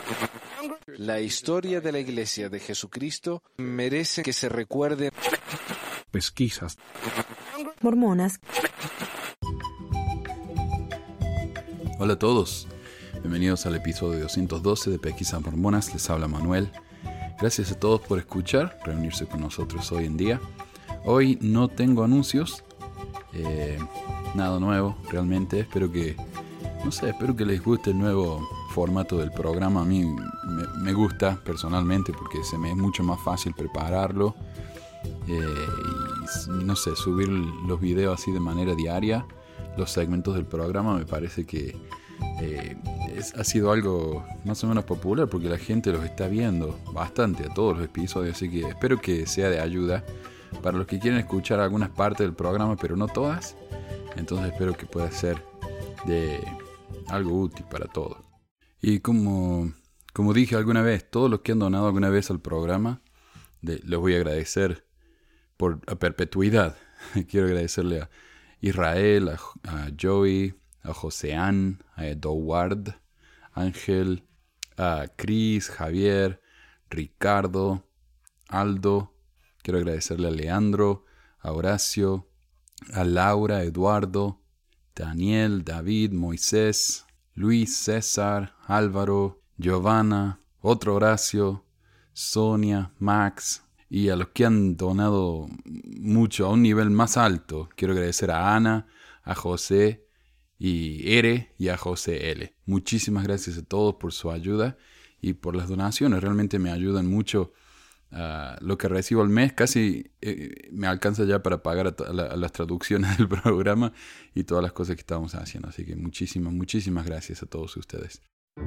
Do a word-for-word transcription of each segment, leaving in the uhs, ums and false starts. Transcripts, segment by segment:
La historia de la Iglesia de Jesucristo merece que se recuerde. Pesquisas. Mormonas. Hola a todos, bienvenidos al episodio doscientos doce de Pesquisas Mormonas. Les habla Manuel. Gracias a todos por escuchar, reunirse con nosotros hoy en día. Hoy no tengo anuncios, eh, nada nuevo realmente. Espero que, no sé, espero que les guste el nuevo formato del programa. A mí me, me gusta personalmente porque se me es mucho más fácil prepararlo eh, y no sé, subir los videos así de manera diaria. Los segmentos del programa me parece que eh, es, ha sido algo más o menos popular porque la gente los está viendo bastante a todos los episodios, así que espero que sea de ayuda para los que quieren escuchar algunas partes del programa pero no todas. Entonces espero que pueda ser de algo útil para todos. Y como, como dije alguna vez, todos los que han donado alguna vez al programa, de, les voy a agradecer por a perpetuidad. Quiero agradecerle a Israel, a, a Joey, a Joseán, a Edward, Ángel, a Chris, Javier, Ricardo, Aldo. Quiero agradecerle a Leandro, a Horacio, a Laura, Eduardo, Daniel, David, Moisés, Luis, César, Álvaro, Giovanna, otro Horacio, Sonia, Max, y a los que han donado mucho a un nivel más alto. Quiero agradecer a Ana, a José y R y a José L. Muchísimas gracias a todos por su ayuda y por las donaciones. Realmente me ayudan mucho. Uh, lo que recibo al mes casi eh, me alcanza ya para pagar a, to- a, la, a las traducciones del programa y todas las cosas que estamos haciendo. Así que muchísimas, muchísimas gracias a todos ustedes.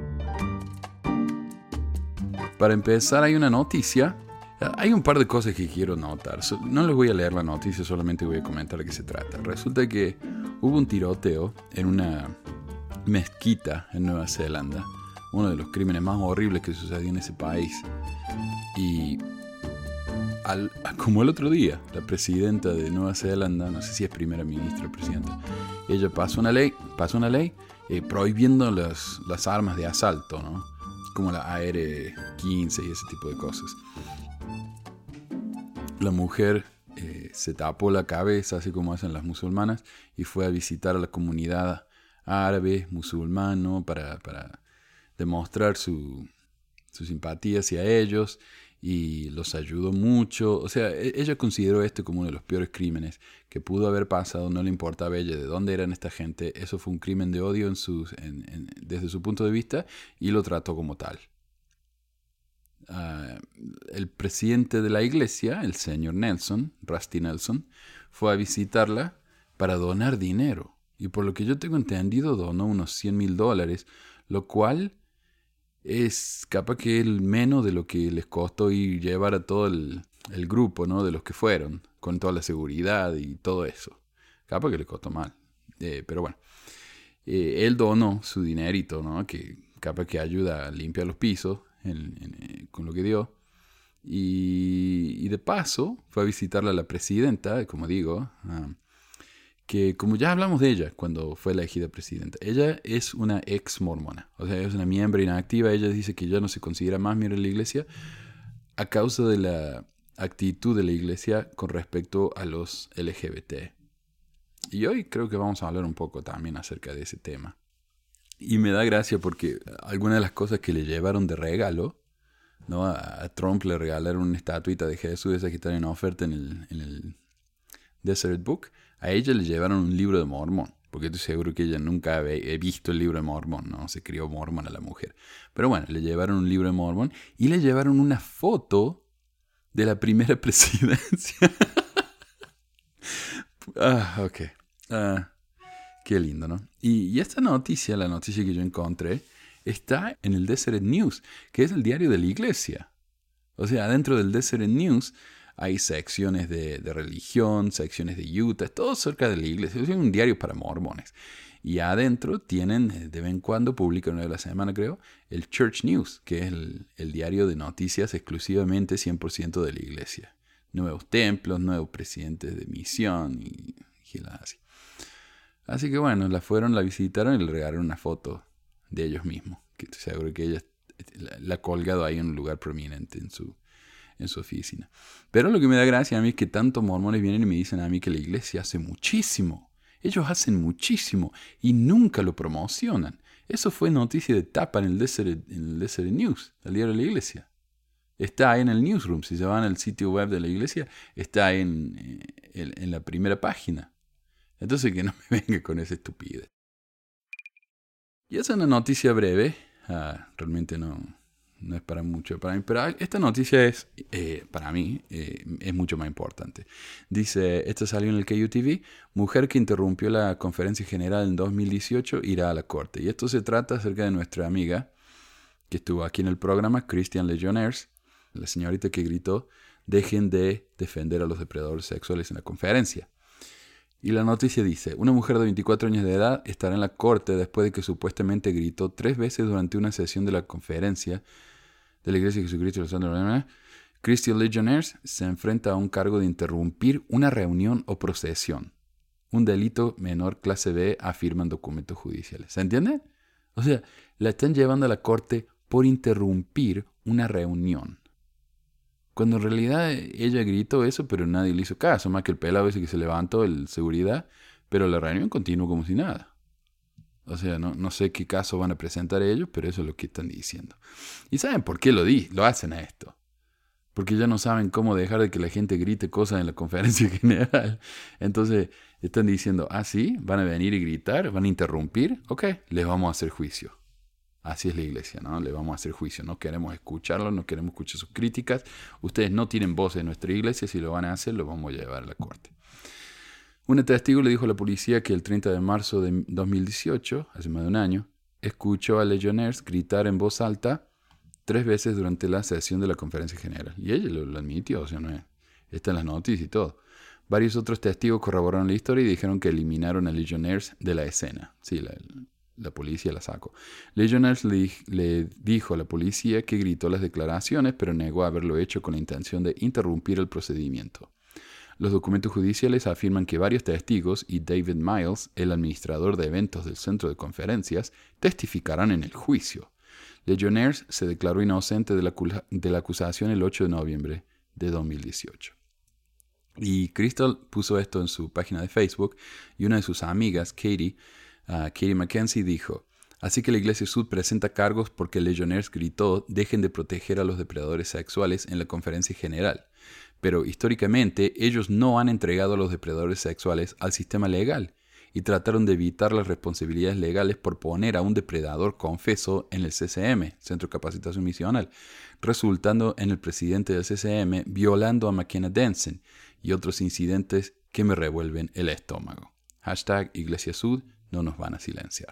Para empezar, hay una noticia. Hay un par de cosas que quiero notar. No les voy a leer la noticia, solamente voy a comentar de qué se trata. Resulta que hubo un tiroteo en una mezquita en Nueva Zelanda. Uno de los crímenes más horribles que sucedió en ese país. Y al, como el otro día, la presidenta de Nueva Zelanda, no sé si es primera ministra o presidenta, ella pasó una ley, pasó una ley eh, prohibiendo las, las armas de asalto, ¿no? Como la A R quince y ese tipo de cosas. La mujer eh, se tapó la cabeza, así como hacen las musulmanas, y fue a visitar a la comunidad árabe, musulmano, para, para demostrar su, su simpatía hacia ellos, y los ayudó mucho. O sea, ella consideró este como uno de los peores crímenes que pudo haber pasado. No le importaba a ella de dónde eran esta gente. Eso fue un crimen de odio en sus, en, en, desde su punto de vista, y lo trató como tal. Uh, el presidente de la iglesia, el señor Nelson, Rusty Nelson, fue a visitarla para donar dinero. Y por lo que yo tengo entendido, donó unos cien mil dólares, lo cual es capaz que el menos de lo que les costó ir llevar a todo el, el grupo, ¿no? De los que fueron, con toda la seguridad y todo eso. Capaz que les costó mal. Eh, pero bueno, eh, él donó su dinerito, ¿no? Que capaz que ayuda a limpiar los pisos en, en, con lo que dio. Y, y de paso fue a visitarla a la presidenta, como digo, uh, que como ya hablamos de ella cuando fue elegida presidenta, ella es una ex mormona, o sea, es una miembro inactiva. Ella dice que ya no se considera más miembro de la iglesia a causa de la actitud de la iglesia con respecto a los L G B T. Y hoy creo que vamos a hablar un poco también acerca de ese tema. Y me da gracia porque algunas de las cosas que le llevaron de regalo, ¿no? A, a Trump le regalaron una estatuita de Jesús, esa que está en oferta en el, en el Desert Book. A ella le llevaron un libro de Mormón, porque estoy seguro que ella nunca había visto el libro de Mormón, ¿no? Se crió mormón a la mujer. Pero bueno, le llevaron un libro de Mormón y le llevaron una foto de la primera presidencia. ah, ok. Ah, qué lindo, ¿no? Y, y esta noticia, la noticia que yo encontré, está en el Deseret News, que es el diario de la iglesia. O sea, dentro del Deseret News hay secciones de, de religión, secciones de Utah, todo cerca de la iglesia. Es un diario para mormones. Y adentro tienen, de vez en cuando, publican una vez a la semana, creo, el Church News, que es el, el diario de noticias exclusivamente cien por ciento de la iglesia. Nuevos templos, nuevos presidentes de misión y, y así. Así que bueno, la fueron, la visitaron y le regalaron una foto de ellos mismos. Que estoy seguro que ella la, la ha colgado ahí en un lugar prominente en su, en su oficina. Pero lo que me da gracia a mí es que tantos mormones vienen y me dicen a mí que la iglesia hace muchísimo. Ellos hacen muchísimo y nunca lo promocionan. Eso fue noticia de tapa en el Desert, en el Desert News, el diario de la iglesia. Está ahí en el newsroom. Si se van al sitio web de la iglesia, está ahí en, en, en la primera página. Entonces que no me venga con esa estupidez. Y esa es una noticia breve. Ah, realmente no, no es para mucho para mí. Pero esta noticia es, eh, para mí, eh, es mucho más importante. Dice, esto salió en el K U T V. Mujer que interrumpió la conferencia general en dos mil dieciocho irá a la corte. Y esto se trata acerca de nuestra amiga que estuvo aquí en el programa, Christian Legionnaires, la señorita que gritó, dejen de defender a los depredadores sexuales en la conferencia. Y la noticia dice, una mujer de veinticuatro años de edad estará en la corte después de que supuestamente gritó tres veces durante una sesión de la conferencia de la Iglesia de Jesucristo de los Santos. Christian Legionnaires se enfrenta a un cargo de interrumpir una reunión o procesión. Un delito menor clase B, afirman documentos judiciales. ¿Se entiende? O sea, la están llevando a la corte por interrumpir una reunión. Cuando en realidad ella gritó eso, pero nadie le hizo caso, más que el pelado ese que se levantó, el seguridad, pero la reunión continuó como si nada. O sea, no, no sé qué caso van a presentar ellos, pero eso es lo que están diciendo. ¿Y saben por qué lo, di, lo hacen a esto? Porque ya no saben cómo dejar de que la gente grite cosas en la conferencia general. Entonces están diciendo, ah, sí, van a venir y gritar, van a interrumpir, ok, les vamos a hacer juicio. Así es la iglesia, ¿no? Le vamos a hacer juicio. No queremos escucharlo, no queremos escuchar sus críticas. Ustedes no tienen voz en nuestra iglesia. Si lo van a hacer, lo vamos a llevar a la corte. Un testigo le dijo a la policía que el treinta de marzo de dos mil dieciocho, hace más de un año, escuchó a Legionnaires gritar en voz alta tres veces durante la sesión de la conferencia general. Y ella lo, lo admitió, o sea, no es, está en las noticias y todo. Varios otros testigos corroboraron la historia y dijeron que eliminaron a Legionnaires de la escena. Sí, la... La policía la sacó. Legionnaires le, le dijo a la policía que gritó las declaraciones, pero negó haberlo hecho con la intención de interrumpir el procedimiento. Los documentos judiciales afirman que varios testigos y David Miles, el administrador de eventos del centro de conferencias, testificarán en el juicio. Legionnaires se declaró inocente de la, de la acusación el ocho de noviembre de dos mil dieciocho. Y Crystal puso esto en su página de Facebook y una de sus amigas, Katie, Uh, Katie Mackenzie dijo, así que la Iglesia Sud presenta cargos porque Legionnaires gritó dejen de proteger a los depredadores sexuales en la conferencia general. Pero históricamente ellos no han entregado a los depredadores sexuales al sistema legal y trataron de evitar las responsabilidades legales por poner a un depredador confeso en el C C M, Centro de Capacitación Misional, resultando en el presidente del C C M violando a McKenna Denson y otros incidentes que me revuelven el estómago. Hashtag Iglesia Sud. No nos van a silenciar.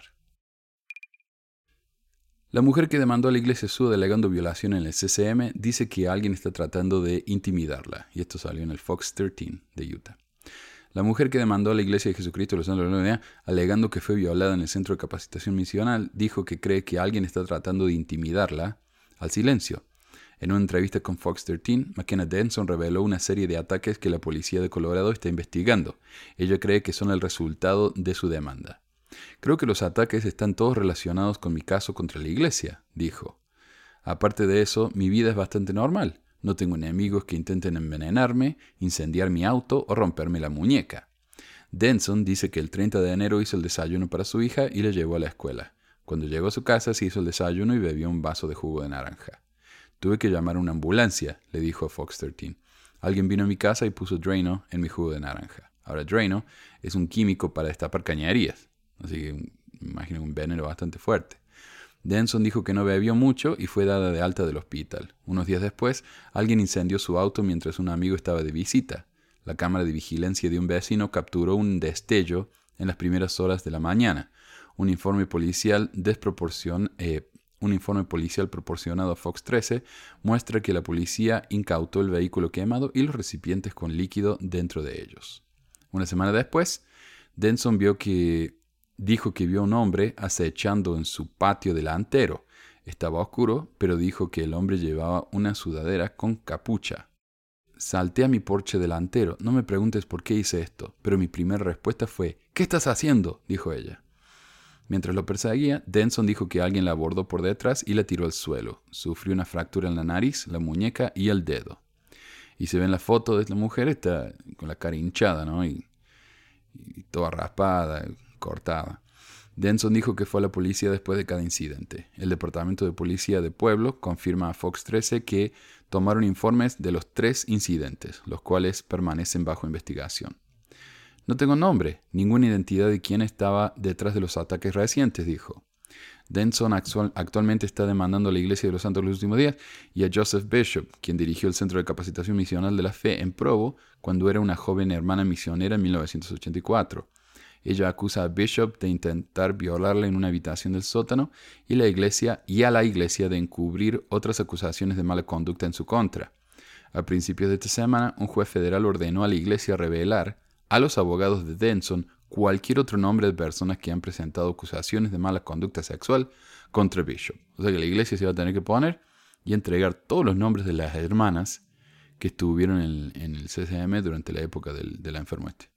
La mujer que demandó a la Iglesia Sud alegando violación en el C C M dice que alguien está tratando de intimidarla. Y esto salió en el Fox trece de Utah. La mujer que demandó a la Iglesia de Jesucristo de los Santos de la Gloria alegando que fue violada en el Centro de Capacitación Misional dijo que cree que alguien está tratando de intimidarla al silencio. En una entrevista con Fox trece, McKenna Denson reveló una serie de ataques que la policía de Colorado está investigando. Ella cree que son el resultado de su demanda. Creo que los ataques están todos relacionados con mi caso contra la iglesia, dijo. Aparte de eso, mi vida es bastante normal. No tengo enemigos que intenten envenenarme, incendiar mi auto o romperme la muñeca. Denson dice que el treinta de enero hizo el desayuno para su hija y la llevó a la escuela. Cuando llegó a su casa se hizo el desayuno y bebió un vaso de jugo de naranja. Tuve que llamar a una ambulancia, le dijo a Fox trece. Alguien vino a mi casa y puso Drano en mi jugo de naranja. Ahora Drano es un químico para destapar cañerías. Así que me imagino un veneno bastante fuerte. Denson dijo que no bebió mucho y fue dada de alta del hospital. Unos días después, alguien incendió su auto mientras un amigo estaba de visita. La cámara de vigilancia de un vecino capturó un destello en las primeras horas de la mañana. Un informe policial, desproporcion, eh, un informe policial proporcionado a Fox trece muestra que la policía incautó el vehículo quemado y los recipientes con líquido dentro de ellos. Una semana después, Denson vio que Dijo que vio a un hombre acechando en su patio delantero. Estaba oscuro, pero dijo que el hombre llevaba una sudadera con capucha. Salté a mi porche delantero. No me preguntes por qué hice esto, pero mi primera respuesta fue «¿Qué estás haciendo?», dijo ella. Mientras lo perseguía, Denson dijo que alguien la abordó por detrás y la tiró al suelo. Sufrió una fractura en la nariz, la muñeca y el dedo. Y se ve en la foto de la mujer, está con la cara hinchada, ¿no? Y, y toda raspada, cortada. Denson dijo que fue a la policía después de cada incidente. El Departamento de Policía de Pueblo confirma a Fox trece que tomaron informes de los tres incidentes, los cuales permanecen bajo investigación. No tengo nombre, ninguna identidad de quién estaba detrás de los ataques recientes, dijo. Denson actual, actualmente está demandando a la Iglesia de los Santos de los Últimos Días y a Joseph Bishop, quien dirigió el Centro de Capacitación Misional de la Fe en Provo cuando era una joven hermana misionera en mil novecientos ochenta y cuatro. Ella acusa a Bishop de intentar violarla en una habitación del sótano y, la iglesia, y a la Iglesia de encubrir otras acusaciones de mala conducta en su contra. A principios de esta semana, un juez federal ordenó a la Iglesia revelar a los abogados de Denson cualquier otro nombre de personas que han presentado acusaciones de mala conducta sexual contra Bishop. O sea que la iglesia se va a tener que poner y entregar todos los nombres de las hermanas que estuvieron en, en el C C M durante la época del, de la enfermo este.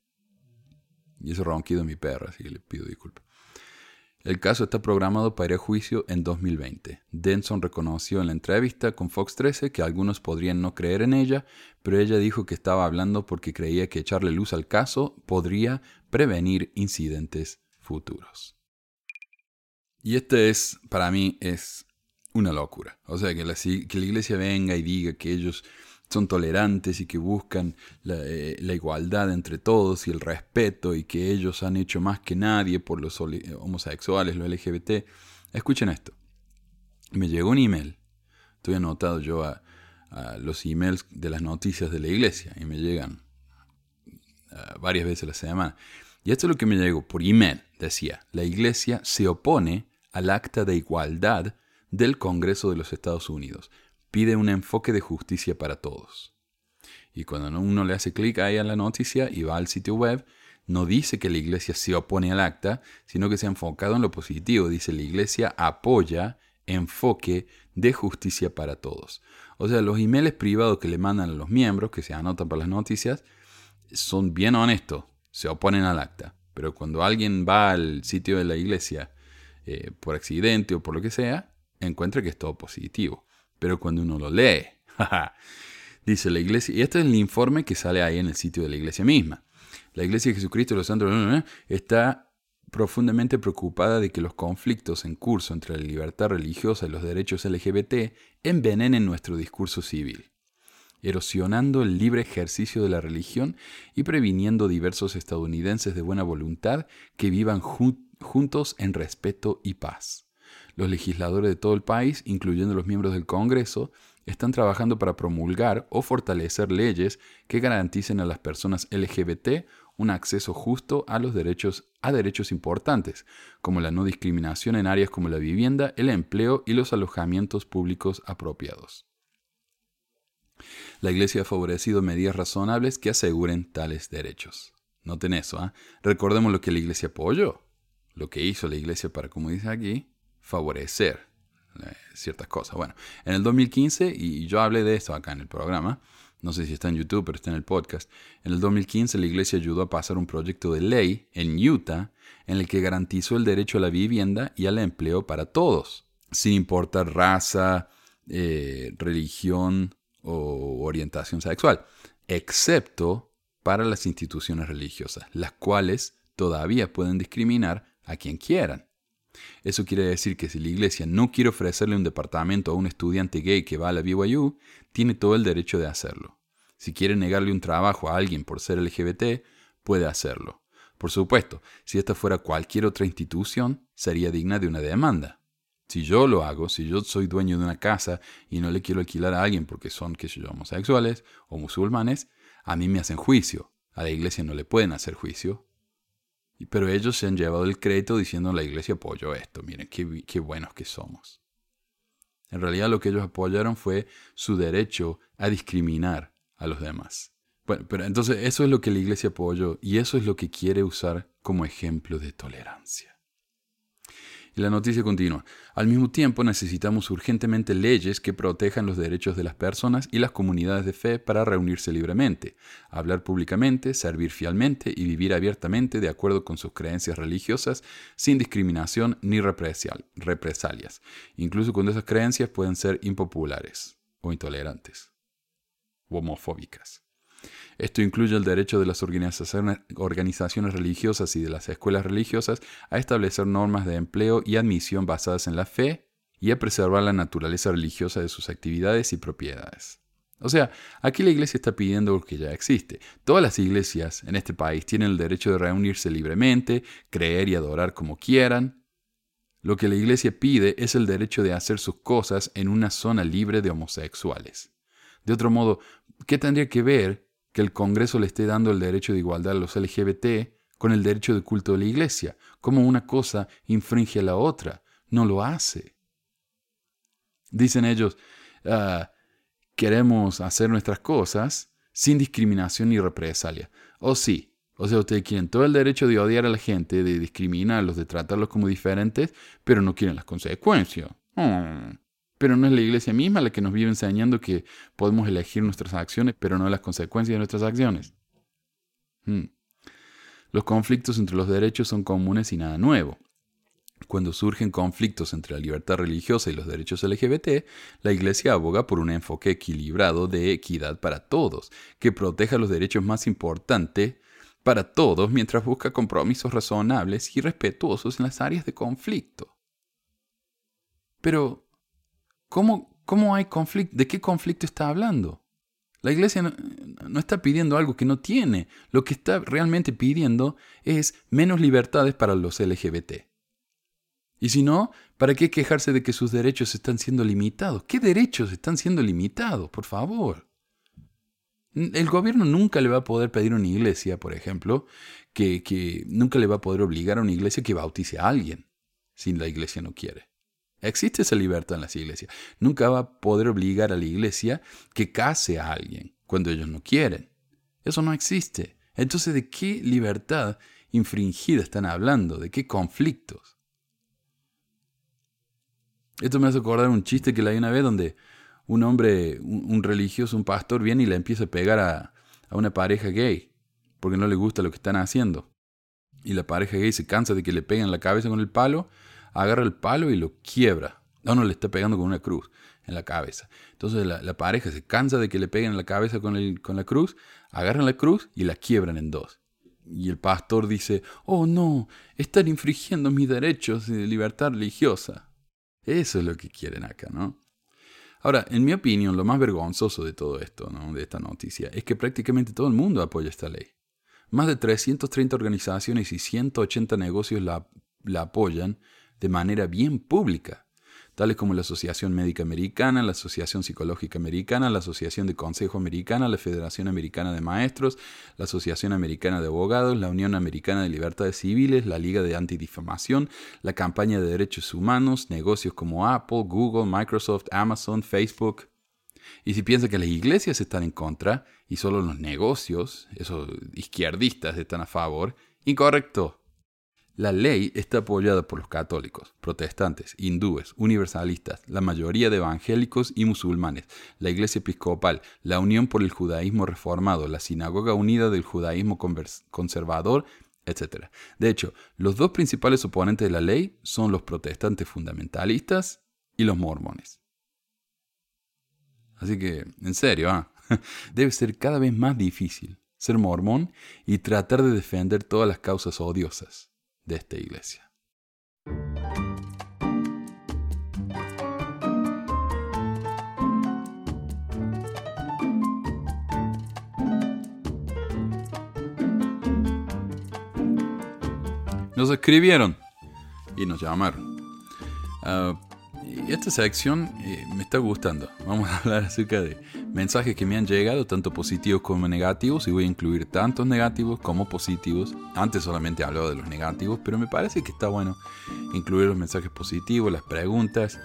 Y eso ronquido mi perra, así que le pido disculpas. El caso está programado para ir a juicio en dos mil veinte. Denson reconoció en la entrevista con Fox trece que algunos podrían no creer en ella, pero ella dijo que estaba hablando porque creía que echarle luz al caso podría prevenir incidentes futuros. Y este es, para mí, es una locura. O sea, que la, que la iglesia venga y diga que ellos son tolerantes y que buscan la, eh, la igualdad entre todos y el respeto y que ellos han hecho más que nadie por los homosexuales, los L G B T. Escuchen esto. Me llegó un email. Estoy anotado yo a, a los emails de las noticias de la iglesia y me llegan uh, varias veces a la semana. Y esto es lo que me llegó por email. Decía, la iglesia se opone al acta de igualdad del Congreso de los Estados Unidos. Pide un enfoque de justicia para todos. Y cuando uno le hace clic ahí a la noticia y va al sitio web, no dice que la iglesia se opone al acta, sino que se ha enfocado en lo positivo. Dice, la iglesia apoya enfoque de justicia para todos. O sea, los emails privados que le mandan a los miembros, que se anotan para las noticias, son bien honestos, se oponen al acta. Pero cuando alguien va al sitio de la iglesia eh, por accidente o por lo que sea, encuentra que es todo positivo. Pero cuando uno lo lee, dice la iglesia, y este es el informe que sale ahí en el sitio de la iglesia misma. La iglesia de Jesucristo de los Santos está profundamente preocupada de que los conflictos en curso entre la libertad religiosa y los derechos L G B T envenenen nuestro discurso civil, erosionando el libre ejercicio de la religión y previniendo diversos estadounidenses de buena voluntad que vivan jun- juntos en respeto y paz. Los legisladores de todo el país, incluyendo los miembros del Congreso, están trabajando para promulgar o fortalecer leyes que garanticen a las personas L G B T un acceso justo a los derechos a derechos importantes, como la no discriminación en áreas como la vivienda, el empleo y los alojamientos públicos apropiados. La Iglesia ha favorecido medidas razonables que aseguren tales derechos. Noten eso, ¿eh? Recordemos lo que la Iglesia apoyó, lo que hizo la Iglesia para, como dice aquí, favorecer eh, ciertas cosas. Bueno, en el dos mil quince, y yo hablé de esto acá en el programa, no sé si está en YouTube, pero está en el podcast, en el dos mil quince la iglesia ayudó a pasar un proyecto de ley en Utah en el que garantizó el derecho a la vivienda y al empleo para todos, sin importar raza, eh, religión o orientación sexual, excepto para las instituciones religiosas, las cuales todavía pueden discriminar a quien quieran. Eso quiere decir que si la iglesia no quiere ofrecerle un departamento a un estudiante gay que va a la B Y U, tiene todo el derecho de hacerlo. Si quiere negarle un trabajo a alguien por ser L G B T, puede hacerlo. Por supuesto, si esta fuera cualquier otra institución, sería digna de una demanda. Si yo lo hago, si yo soy dueño de una casa y no le quiero alquilar a alguien porque son, qué sé yo, homosexuales o musulmanes, a mí me hacen juicio. A la iglesia no le pueden hacer juicio. Pero ellos se han llevado el crédito diciendo la iglesia apoyó esto. Miren, qué, qué buenos que somos. En realidad lo que ellos apoyaron fue su derecho a discriminar a los demás. Bueno, pero entonces eso es lo que la iglesia apoyó y eso es lo que quiere usar como ejemplo de tolerancia. Y la noticia continúa. Al mismo tiempo, necesitamos urgentemente leyes que protejan los derechos de las personas y las comunidades de fe para reunirse libremente, hablar públicamente, servir fielmente y vivir abiertamente de acuerdo con sus creencias religiosas, sin discriminación ni represal- represalias, incluso cuando esas creencias pueden ser impopulares o intolerantes o homofóbicas. Esto incluye el derecho de las organizaciones, organizaciones religiosas y de las escuelas religiosas a establecer normas de empleo y admisión basadas en la fe y a preservar la naturaleza religiosa de sus actividades y propiedades. O sea, aquí la iglesia está pidiendo lo que ya existe. Todas las iglesias en este país tienen el derecho de reunirse libremente, creer y adorar como quieran. Lo que la iglesia pide es el derecho de hacer sus cosas en una zona libre de homosexuales. De otro modo, ¿qué tendría que ver que el Congreso le esté dando el derecho de igualdad a los L G B T con el derecho de culto de la iglesia? ¿Cómo una cosa infringe a la otra? No lo hace. Dicen ellos, uh, queremos hacer nuestras cosas sin discriminación ni represalia. O sí, o sea, ustedes quieren todo el derecho de odiar a la gente, de discriminarlos, de tratarlos como diferentes, pero no quieren las consecuencias. Hmm. Pero no es la iglesia misma la que nos vive enseñando que podemos elegir nuestras acciones, pero no las consecuencias de nuestras acciones. Hmm. Los conflictos entre los derechos son comunes y nada nuevo. Cuando surgen conflictos entre la libertad religiosa y los derechos L G B T, la iglesia aboga por un enfoque equilibrado de equidad para todos, que proteja los derechos más importantes para todos mientras busca compromisos razonables y respetuosos en las áreas de conflicto. Pero ¿Cómo, ¿Cómo hay conflicto? ¿De qué conflicto está hablando? La iglesia no, no está pidiendo algo que no tiene. Lo que está realmente pidiendo es menos libertades para los L G B T. Y si no, ¿para qué quejarse de que sus derechos están siendo limitados? ¿Qué derechos están siendo limitados? Por favor. El gobierno nunca le va a poder pedir a una iglesia, por ejemplo, que, que nunca le va a poder obligar a una iglesia que bautice a alguien si la iglesia no quiere. Existe esa libertad en las iglesias. Nunca va a poder obligar a la iglesia que case a alguien cuando ellos no quieren. Eso no existe. Entonces, ¿de qué libertad infringida están hablando? ¿De qué conflictos? Esto me hace acordar un chiste que leí una vez donde un hombre, un, un religioso, un pastor, viene y le empieza a pegar a, a una pareja gay porque no le gusta lo que están haciendo. Y la pareja gay se cansa de que le peguen la cabeza con el palo, agarra el palo y lo quiebra. A uno le está pegando con una cruz en la cabeza. Entonces la, la pareja se cansa de que le peguen en la cabeza con, el, con la cruz, agarran la cruz y la quiebran en dos. Y el pastor dice, oh no, están infringiendo mis derechos de libertad religiosa. Eso es lo que quieren acá, ¿no? Ahora, en mi opinión, lo más vergonzoso de todo esto, ¿no?, de esta noticia, es que prácticamente todo el mundo apoya esta ley. Más de trescientas treinta organizaciones y ciento ochenta negocios la, la apoyan de manera bien pública, tales como la Asociación Médica Americana, la Asociación Psicológica Americana, la Asociación de Consejo Americana, la Federación Americana de Maestros, la Asociación Americana de Abogados, la Unión Americana de Libertades Civiles, la Liga de Antidifamación, la Campaña de Derechos Humanos, negocios como Apple, Google, Microsoft, Amazon, Facebook. Y si piensa que las iglesias están en contra y solo los negocios, esos izquierdistas, están a favor, incorrecto. La ley está apoyada por los católicos, protestantes, hindúes, universalistas, la mayoría de evangélicos y musulmanes, la Iglesia Episcopal, la Unión por el Judaísmo Reformado, la Sinagoga Unida del Judaísmo Conservador, etcétera. De hecho, los dos principales oponentes de la ley son los protestantes fundamentalistas y los mormones. Así que, en serio, ¿eh? Debe ser cada vez más difícil ser mormón y tratar de defender todas las causas odiosas de esta iglesia. Nos escribieron y nos llamaron. Uh, y esta sección eh, me está gustando. Vamos a hablar acerca de mensajes que me han llegado, tanto positivos como negativos, y voy a incluir tantos negativos como positivos. Antes solamente hablaba de los negativos, pero me parece que está bueno incluir los mensajes positivos, las preguntas.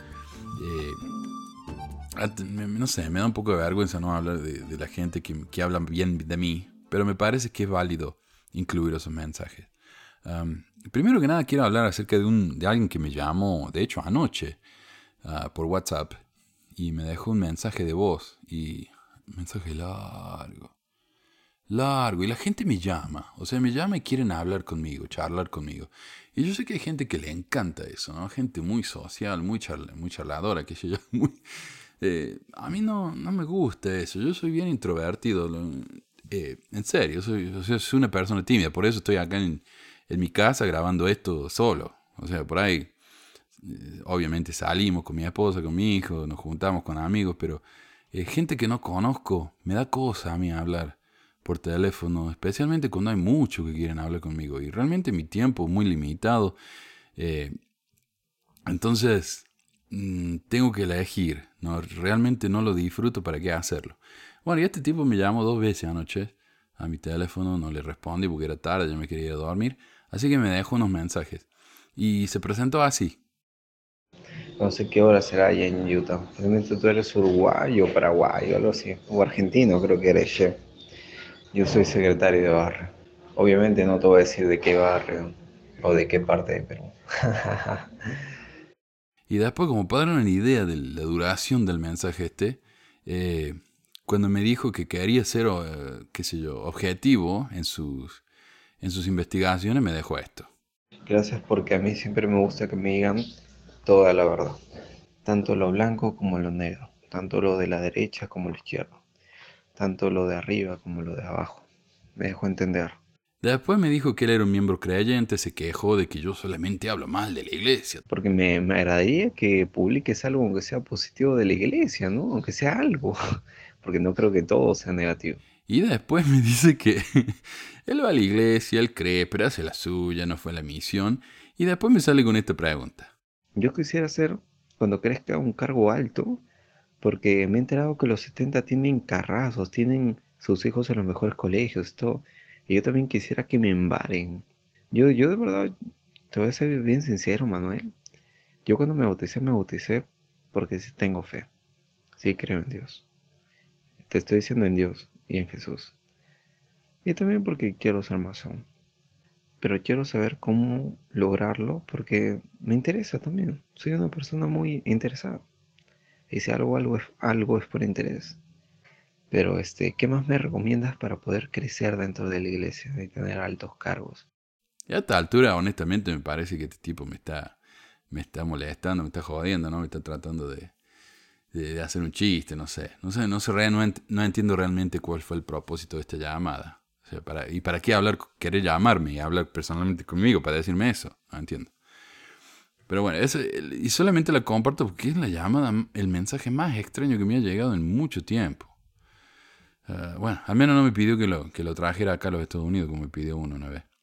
Eh, no sé, me da un poco de vergüenza no hablar de, de la gente que, que habla bien de mí, pero me parece que es válido incluir esos mensajes. Um, primero que nada quiero hablar acerca de, un, de alguien que me llamó, de hecho anoche, uh, por WhatsApp, y me dejó un mensaje de voz, y un mensaje largo, largo, y la gente me llama, o sea, me llama y quieren hablar conmigo, charlar conmigo. Y yo sé que hay gente que le encanta eso, ¿no? Gente muy social, muy, charla, muy charladora, que sé yo, muy... Eh, a mí no, no me gusta eso, yo soy bien introvertido, eh, en serio, soy, o sea, soy una persona tímida, por eso estoy acá en, en mi casa grabando esto solo, o sea, por ahí, eh, obviamente salimos con mi esposa, con mi hijo, nos juntamos con amigos, pero eh, gente que no conozco, me da cosa a mí hablar por teléfono, especialmente cuando hay muchos que quieren hablar conmigo, y realmente mi tiempo es muy limitado, eh, entonces mmm, tengo que elegir, ¿no? Realmente no lo disfruto, ¿para qué hacerlo? Bueno, y este tipo me llamó dos veces anoche a mi teléfono, no le respondí porque era tarde, yo me quería ir a dormir, así que me dejó unos mensajes, y se presentó así. No sé qué hora será allá en Utah. Realmente tú eres uruguayo, paraguayo, algo así. O argentino, creo que eres, che. Yo soy secretario de barrio. Obviamente no te voy a decir de qué barrio o de qué parte de Perú. Y después, como para dar una idea de la duración del mensaje este, eh, cuando me dijo que quería ser, eh, qué sé yo, objetivo en sus, en sus investigaciones, me dejó esto. Gracias, porque a mí siempre me gusta que me digan toda la verdad. Tanto lo blanco como lo negro. Tanto lo de la derecha como lo izquierdo. Tanto lo de arriba como lo de abajo. Me dejó entender. Después me dijo que él era un miembro creyente, se quejó de que yo solamente hablo mal de la iglesia. Porque me, me agradaría que publiques algo aunque sea positivo de la iglesia, ¿no? Aunque sea algo. Porque no creo que todo sea negativo. Y después me dice que él va a la iglesia, él cree, pero hace la suya, no fue la misión. Y después me sale con esta pregunta. Yo quisiera hacer, cuando crezca, un cargo alto, porque me he enterado que los setenta tienen carrazos, tienen sus hijos en los mejores colegios, todo. Y yo también quisiera que me embaren. Yo, yo de verdad, te voy a ser bien sincero, Manuel. Yo cuando me bauticé, me bauticé porque sí tengo fe. Sí creo en Dios. Te estoy diciendo en Dios y en Jesús. Y también porque quiero ser masón. Pero quiero saber cómo lograrlo porque me interesa también. Soy una persona muy interesada. Y si algo, algo, es, algo es por interés. Pero, este, ¿qué más me recomiendas para poder crecer dentro de la iglesia y tener altos cargos? Y a esta altura, honestamente, me parece que este tipo me está, me está molestando, me está jodiendo, ¿no? Me está tratando de, de, de hacer un chiste, no sé. No sé, no, sé no, ent, no entiendo realmente cuál fue el propósito de esta llamada. O sea, para, ¿y para qué hablar, querer llamarme y hablar personalmente conmigo para decirme eso? No entiendo. Pero bueno, eso, y solamente la comparto porque es la llamada, el mensaje más extraño que me ha llegado en mucho tiempo. Uh, bueno, al menos no me pidió que lo, que lo trajera acá a los Estados Unidos como me pidió uno una vez.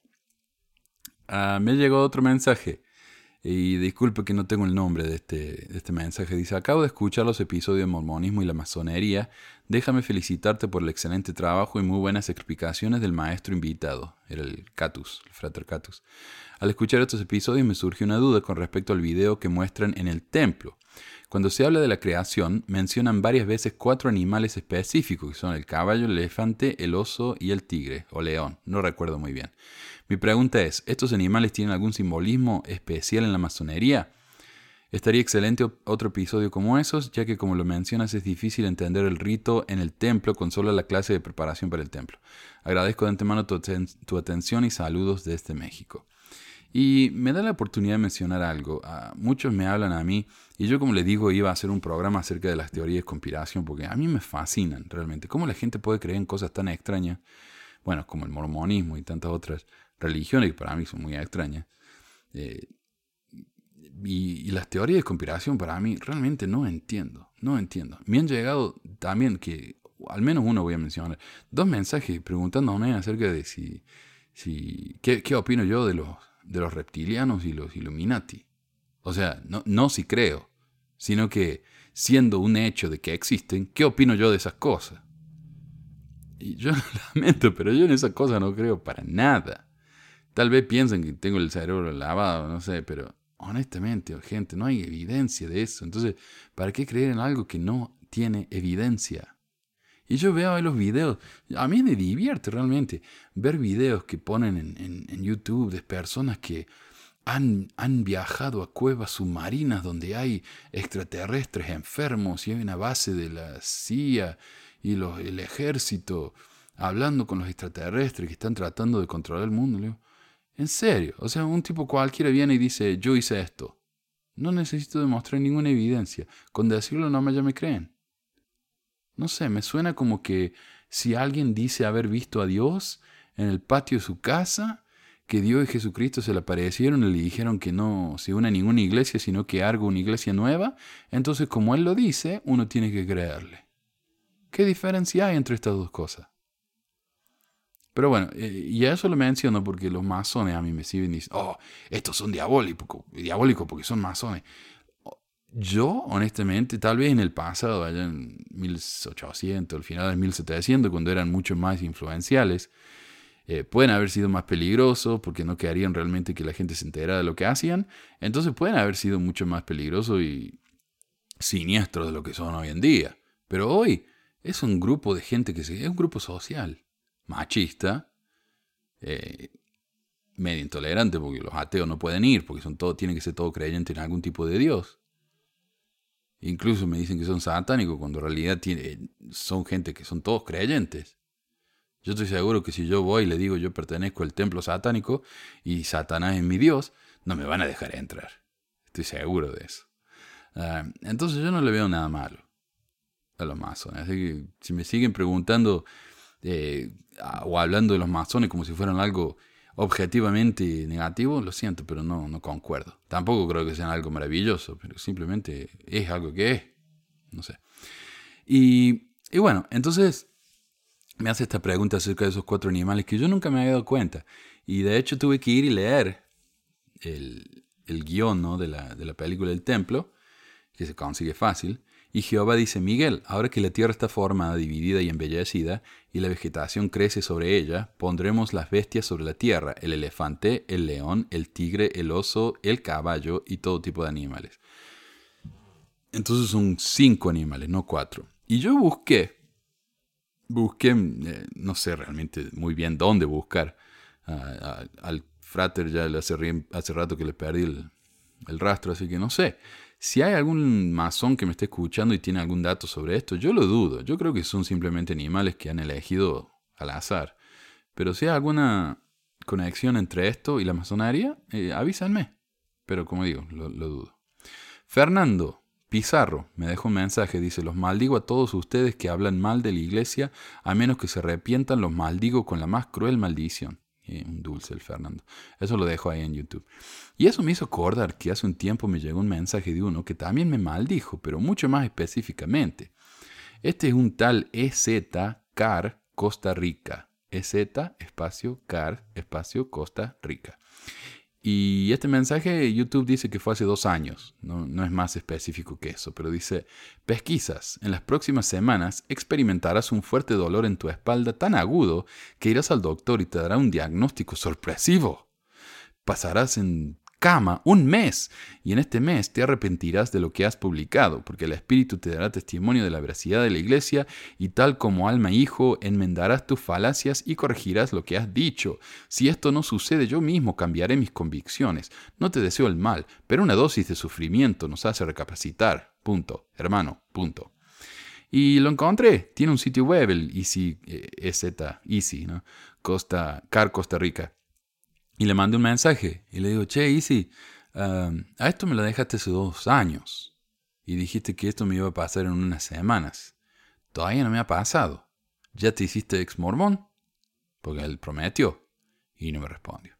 Uh, me llegó otro mensaje. Y disculpe que no tengo el nombre de este, de este mensaje. Dice, acabo de escuchar los episodios de Mormonismo y la Masonería. Déjame felicitarte por el excelente trabajo y muy buenas explicaciones del maestro invitado. Era el Catus, el Frater Catus. Al escuchar estos episodios me surgió una duda con respecto al video que muestran en el templo. Cuando se habla de la creación, mencionan varias veces cuatro animales específicos, que son el caballo, el elefante, el oso y el tigre, o león. No recuerdo muy bien. Mi pregunta es, ¿estos animales tienen algún simbolismo especial en la masonería? Estaría excelente otro episodio como esos, ya que como lo mencionas es difícil entender el rito en el templo con solo la clase de preparación para el templo. Agradezco de antemano tu, aten- tu atención y saludos desde México. Y me da la oportunidad de mencionar algo. Uh, muchos me hablan a mí, y yo como les digo iba a hacer un programa acerca de las teorías de conspiración, porque a mí me fascinan realmente. ¿Cómo la gente puede creer en cosas tan extrañas? Bueno, como el mormonismo y tantas otras religiones que para mí son muy extrañas. Eh, y, y las teorías de conspiración para mí realmente no entiendo, no entiendo. Me han llegado también, que al menos uno voy a mencionar, dos mensajes preguntándome acerca de si, si qué, qué opino yo de los, de los reptilianos y los Illuminati. O sea, no, no si creo, sino que siendo un hecho de que existen, ¿qué opino yo de esas cosas? Y yo lo lamento, pero yo en esas cosas no creo para nada. Tal vez piensen que tengo el cerebro lavado, no sé, pero honestamente, gente, no hay evidencia de eso. Entonces, ¿para qué creer en algo que no tiene evidencia? Y yo veo ahí los videos, a mí me divierte realmente ver videos que ponen en, en, en YouTube de personas que han, han viajado a cuevas submarinas donde hay extraterrestres enfermos y hay una base de la C I A y los, el ejército hablando con los extraterrestres que están tratando de controlar el mundo. Le digo, en serio, o sea, un tipo cualquiera viene y dice, yo hice esto. No necesito demostrar ninguna evidencia. Con decirlo nomás ya me creen. No sé, me suena como que si alguien dice haber visto a Dios en el patio de su casa, que Dios y Jesucristo se le aparecieron y le dijeron que no se une a ninguna iglesia, sino que haga una iglesia nueva, entonces como él lo dice, uno tiene que creerle. ¿Qué diferencia hay entre estas dos cosas? Pero bueno, y a eso lo menciono porque los masones a mí me siguen diciendo, oh, estos son diabólicos, diabólicos porque son masones. Yo, honestamente, tal vez en el pasado, allá en mil ochocientos, al final de mil setecientos, cuando eran mucho más influenciales, eh, pueden haber sido más peligrosos porque no querían realmente que la gente se enterara de lo que hacían. Entonces pueden haber sido mucho más peligrosos y siniestros de lo que son hoy en día. Pero hoy es un grupo de gente que se, es un grupo social, machista, eh, medio intolerante porque los ateos no pueden ir, porque son todo, tienen que ser todos creyentes en algún tipo de Dios. Incluso me dicen que son satánicos cuando en realidad tiene, son gente que son todos creyentes. Yo estoy seguro que si yo voy y le digo yo pertenezco al templo satánico y Satanás es mi Dios, no me van a dejar entrar. Estoy seguro de eso. Uh, entonces yo no le veo nada malo a los masones. Así que si me siguen preguntando eh, o hablando de los masones como si fueran algo objetivamente negativo, lo siento, pero no, no concuerdo. Tampoco creo que sean algo maravilloso, pero simplemente es algo que es. No sé. Y, y bueno, entonces me hace esta pregunta acerca de esos cuatro animales que yo nunca me había dado cuenta. Y de hecho tuve que ir y leer el, el guión, ¿no? de, la, de la película del templo, que se consigue fácil. Y Jehová dice, Miguel, ahora que la tierra está formada, dividida y embellecida, y la vegetación crece sobre ella, pondremos las bestias sobre la tierra, el elefante, el león, el tigre, el oso, el caballo y todo tipo de animales. Entonces son cinco animales, no cuatro. Y yo busqué, busqué, eh, no sé realmente muy bien dónde buscar. Uh, uh, al frater ya hace, hace rato que le perdí el, el rastro, así que no sé. Si hay algún masón que me esté escuchando y tiene algún dato sobre esto, yo lo dudo. Yo creo que son simplemente animales que han elegido al azar. Pero si hay alguna conexión entre esto y la masonería, eh, avísenme. Pero como digo, lo, lo dudo. Fernando Pizarro me dejó un mensaje. Dice, los maldigo a todos ustedes que hablan mal de la iglesia. A menos que se arrepientan, los maldigo con la más cruel maldición. Un dulce el Fernando. Eso lo dejo ahí en YouTube. Y eso me hizo acordar que hace un tiempo me llegó un mensaje de uno que también me maldijo, pero mucho más específicamente. Este es un tal E Z Car Costa Rica. E Z espacio Car espacio Costa Rica. Y este mensaje YouTube dice que fue hace dos años. No, no es más específico que eso, pero dice, pesquisas, en las próximas semanas experimentarás un fuerte dolor en tu espalda tan agudo que irás al doctor y te dará un diagnóstico sorpresivo. Pasarás en cama un mes y en este mes te arrepentirás de lo que has publicado, porque el Espíritu te dará testimonio de la veracidad de la iglesia y tal como alma e hijo enmendarás tus falacias y corregirás lo que has dicho. Si esto no sucede, yo mismo cambiaré mis convicciones. No te deseo el mal, pero una dosis de sufrimiento nos hace recapacitar. Punto, hermano, punto. Y lo encontré, tiene un sitio web, el Easy, eh, E Z, Easy, ¿no? Costa, Car Costa Rica. Y le mandé un mensaje y le digo, che, Easy, uh, a esto me lo dejaste hace dos años. Y dijiste que esto me iba a pasar en unas semanas. Todavía no me ha pasado. ¿Ya te hiciste ex mormón? Porque él prometió. Y no me respondió.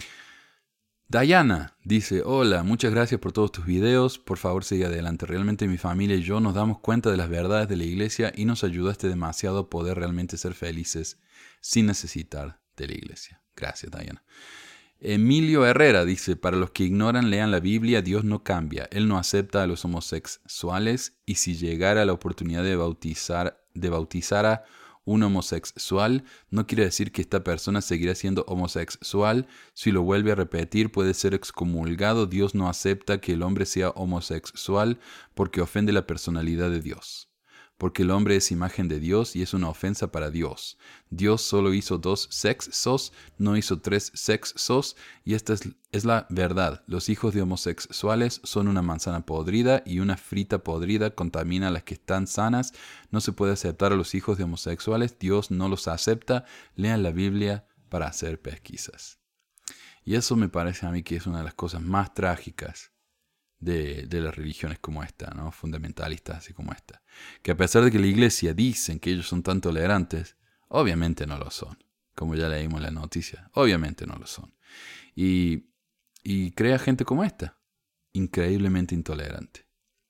Diana dice, hola, muchas gracias por todos tus videos. Por favor, sigue adelante. Realmente mi familia y yo nos damos cuenta de las verdades de la iglesia y nos ayudaste demasiado a poder realmente ser felices sin necesitar de la iglesia. Gracias, Diana. Emilio Herrera dice, para los que ignoran, lean la Biblia, Dios no cambia. Él no acepta a los homosexuales y si llegara la oportunidad de bautizar, de bautizar a un homosexual, no quiere decir que esta persona seguirá siendo homosexual. Si lo vuelve a repetir, puede ser excomulgado. Dios no acepta que el hombre sea homosexual porque ofende la personalidad de Dios. porque el hombre es imagen de Dios y es una ofensa para Dios. Dios solo hizo dos sexos, no hizo tres sexos, y esta es, es la verdad. Los hijos de homosexuales son una manzana podrida y una frita podrida contamina a las que están sanas. No se puede aceptar a los hijos de homosexuales, Dios no los acepta. Lean la Biblia para hacer pesquisas. Y eso me parece a mí que es una de las cosas más trágicas de, de las religiones como esta, ¿no? Fundamentalistas así como esta. Que a pesar de que la iglesia dicen que ellos son tan tolerantes, obviamente no lo son. Como ya leímos en la noticia, obviamente no lo son. Y, y crea gente como esta, increíblemente intolerante.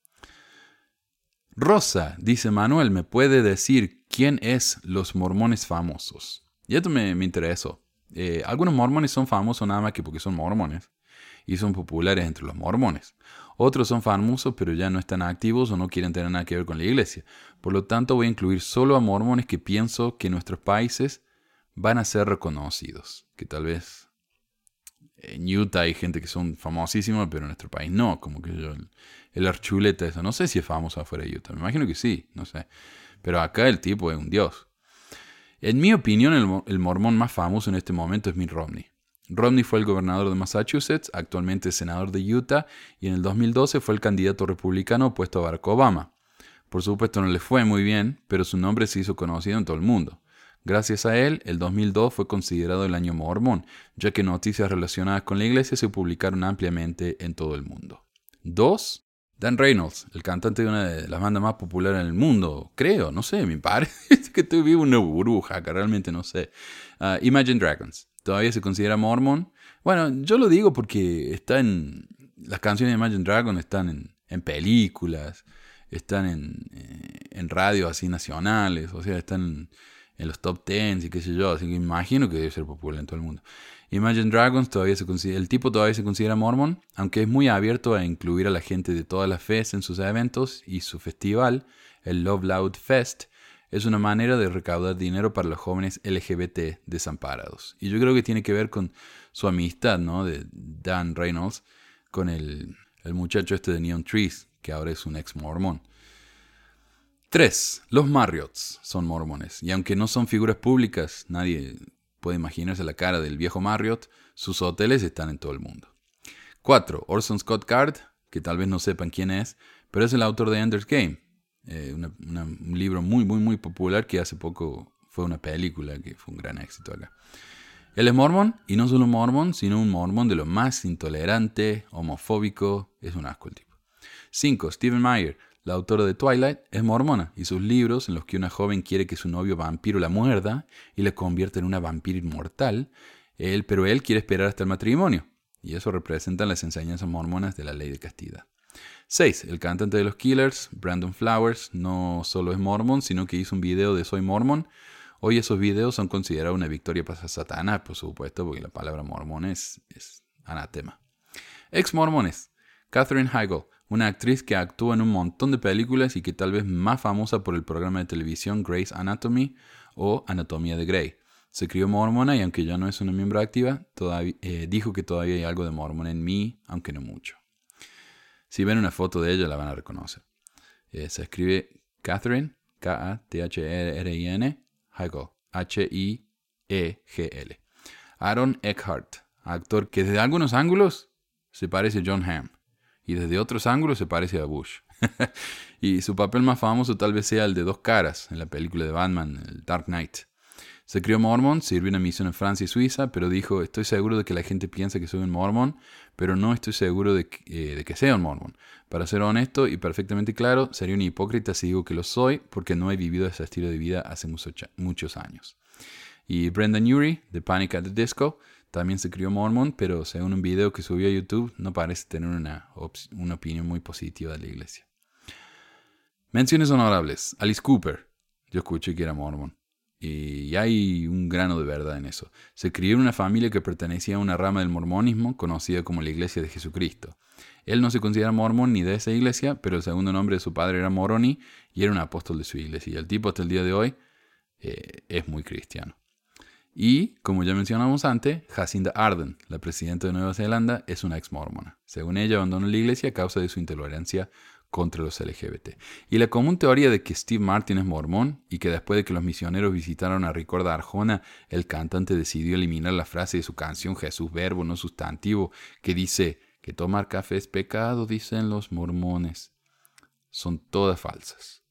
Rosa, dice Manuel, ¿me puede decir quién es los mormones famosos? Y esto me, me interesó. Eh, algunos mormones son famosos nada más que porque son mormones y son populares entre los mormones. Otros son famosos pero ya no están activos o no quieren tener nada que ver con la iglesia. Por lo tanto voy a incluir solo a mormones que pienso que en nuestros países van a ser reconocidos. Que tal vez en Utah hay gente que son famosísimos pero en nuestro país no. Como que yo, el, el archuleta eso. No sé si es famoso afuera de Utah. Me imagino que sí, no sé. Pero acá el tipo es un dios. En mi opinión, el, el mormón más famoso en este momento es Mitt Romney. Romney fue el gobernador de Massachusetts, actualmente es senador de Utah, y en el dos mil doce fue el candidato republicano opuesto a Barack Obama. Por supuesto no le fue muy bien, pero su nombre se hizo conocido en todo el mundo. Gracias a él, el dos mil dos fue considerado el año mormón, ya que noticias relacionadas con la iglesia se publicaron ampliamente en todo el mundo. Dos. Dan Reynolds, el cantante de una de las bandas más populares en el mundo, creo, no sé, me parece que estoy vivo en una burbuja, que realmente no sé. Uh, Imagine Dragons, ¿todavía se considera mormón? Bueno, yo lo digo porque está en, las canciones de Imagine Dragons están en, en películas, están en, en radios así nacionales, o sea, están en, en los top ten y qué sé yo, así que imagino que debe ser popular en todo el mundo. Imagine Dragons todavía se considera, el tipo todavía se considera mormón, aunque es muy abierto a incluir a la gente de todas las fes en sus eventos, y su festival, el Love Loud Fest, es una manera de recaudar dinero para los jóvenes L G B T desamparados. Y yo creo que tiene que ver con su amistad, ¿no? De Dan Reynolds con el, el muchacho este de Neon Trees, que ahora es un ex mormón. Tres. Los Marriotts son mormones, y aunque no son figuras públicas, nadie puede imaginarse la cara del viejo Marriott, sus hoteles están en todo el mundo. Cuatro. Orson Scott Card, que tal vez no sepan quién es, pero es el autor de Ender's Game, eh, una, una, un libro muy, muy, muy popular que hace poco fue una película que fue un gran éxito acá. Él es mormón, y no solo un mormón, sino un mormón de lo más intolerante, homofóbico, es un asco el tipo. Cinco. Stephen Meyer, la autora de Twilight, es mormona, y sus libros, en los que una joven quiere que su novio vampiro la muerda y la convierta en una vampira inmortal, él, pero él quiere esperar hasta el matrimonio, y eso representa las enseñanzas mormonas de la ley de castidad. seis. El cantante de los Killers, Brandon Flowers, no solo es mormón, sino que hizo un video de Soy Mormón. Hoy esos videos son considerados una victoria para Satanás, por supuesto, porque la palabra mormón es, es anatema. Ex mormones. Katherine Heigl, una actriz que actúa en un montón de películas y que tal vez más famosa por el programa de televisión Grey's Anatomy o Anatomía de Grey. Se crió mormona y aunque ya no es una miembro activa, todavía, eh, dijo que todavía hay algo de mormón en mí, aunque no mucho. Si ven una foto de ella la van a reconocer. Eh, se escribe Katherine, K A T H E R I N, Heigl, H I E G L. Aaron Eckhart, actor que desde algunos ángulos se parece a John Hamm. Y desde otros ángulos se parece a Bush. Y su papel más famoso tal vez sea el de Dos Caras, en la película de Batman, el Dark Knight. Se crió mormón, sirvió una misión en Francia y Suiza, pero dijo, estoy seguro de que la gente piensa que soy un mormón, pero no estoy seguro de que, eh, de que sea un mormón. Para ser honesto y perfectamente claro, sería un hipócrita si digo que lo soy, porque no he vivido ese estilo de vida hace muchos años. Y Brendan Urie, de Panic at the Disco, también se crió mormón, pero según un video que subió a YouTube, no parece tener una, una opinión muy positiva de la iglesia. Menciones honorables. Alice Cooper. Yo escuché que era mormón. Y hay un grano de verdad en eso. Se crió en una familia que pertenecía a una rama del mormonismo conocida como la Iglesia de Jesucristo. Él no se considera mormón ni de esa iglesia, pero el segundo nombre de su padre era Moroni y era un apóstol de su iglesia. Y el tipo hasta el día de hoy eh, es muy cristiano. Y, como ya mencionamos antes, Jacinda Ardern, la presidenta de Nueva Zelanda, es una ex mormona. Según ella, abandonó la iglesia a causa de su intolerancia contra los L G B T. Y la común teoría de que Steve Martin es mormón y que después de que los misioneros visitaron a Ricardo Arjona, el cantante decidió eliminar la frase de su canción Jesús verbo no sustantivo que dice que tomar café es pecado, dicen los mormones, son todas falsas.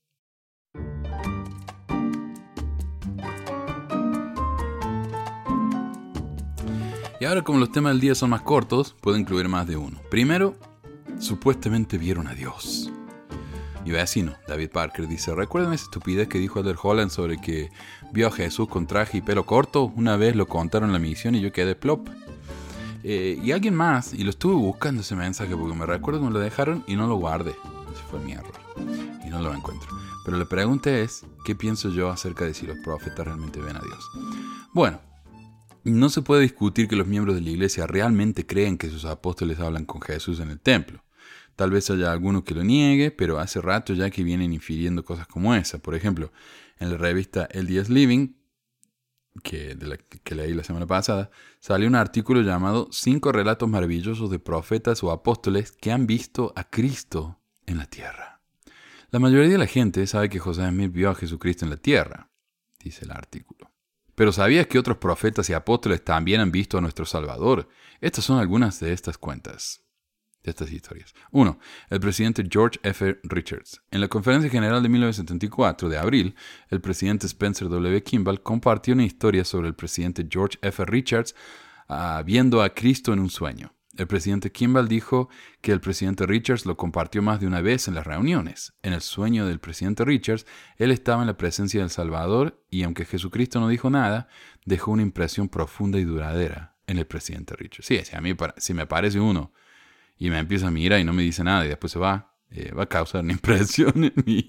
Y ahora, como los temas del día son más cortos, puedo incluir más de uno. Primero, supuestamente vieron a Dios. Mi vecino, David Parker, dice, ¿recuerdan esa estupidez que dijo Elder Holland sobre que vio a Jesús con traje y pelo corto? Una vez lo contaron en la misión y yo quedé plop. Eh, y alguien más, y lo estuve buscando ese mensaje porque me recuerdo que me lo dejaron y no lo guardé. Ese fue mi error. Y no lo encuentro. Pero la pregunta es, ¿qué pienso yo acerca de si los profetas realmente ven a Dios? Bueno, no se puede discutir que los miembros de la iglesia realmente creen que sus apóstoles hablan con Jesús en el templo. Tal vez haya alguno que lo niegue, pero hace rato ya que vienen infiriendo cosas como esa. Por ejemplo, en la revista L D S Living, que, de la que leí la semana pasada, salió un artículo llamado Cinco relatos maravillosos de profetas o apóstoles que han visto a Cristo en la tierra. La mayoría de la gente sabe que José Smith vio a Jesucristo en la tierra, dice el artículo. Pero ¿sabías que otros profetas y apóstoles también han visto a nuestro Salvador? Estas son algunas de estas cuentas, de estas historias. Uno, el presidente George F. Richards. En la Conferencia General de mil novecientos setenta y cuatro de abril, el presidente Spencer W. Kimball compartió una historia sobre el presidente George F. Richards uh, viendo a Cristo en un sueño. El presidente Kimball dijo que el presidente Richards lo compartió más de una vez en las reuniones. En el sueño del presidente Richards, él estaba en la presencia del Salvador y aunque Jesucristo no dijo nada, dejó una impresión profunda y duradera en el presidente Richards. Sí, si, a mí, si me aparece uno y me empieza a mirar y no me dice nada y después se va, eh, va a causar una impresión en mí.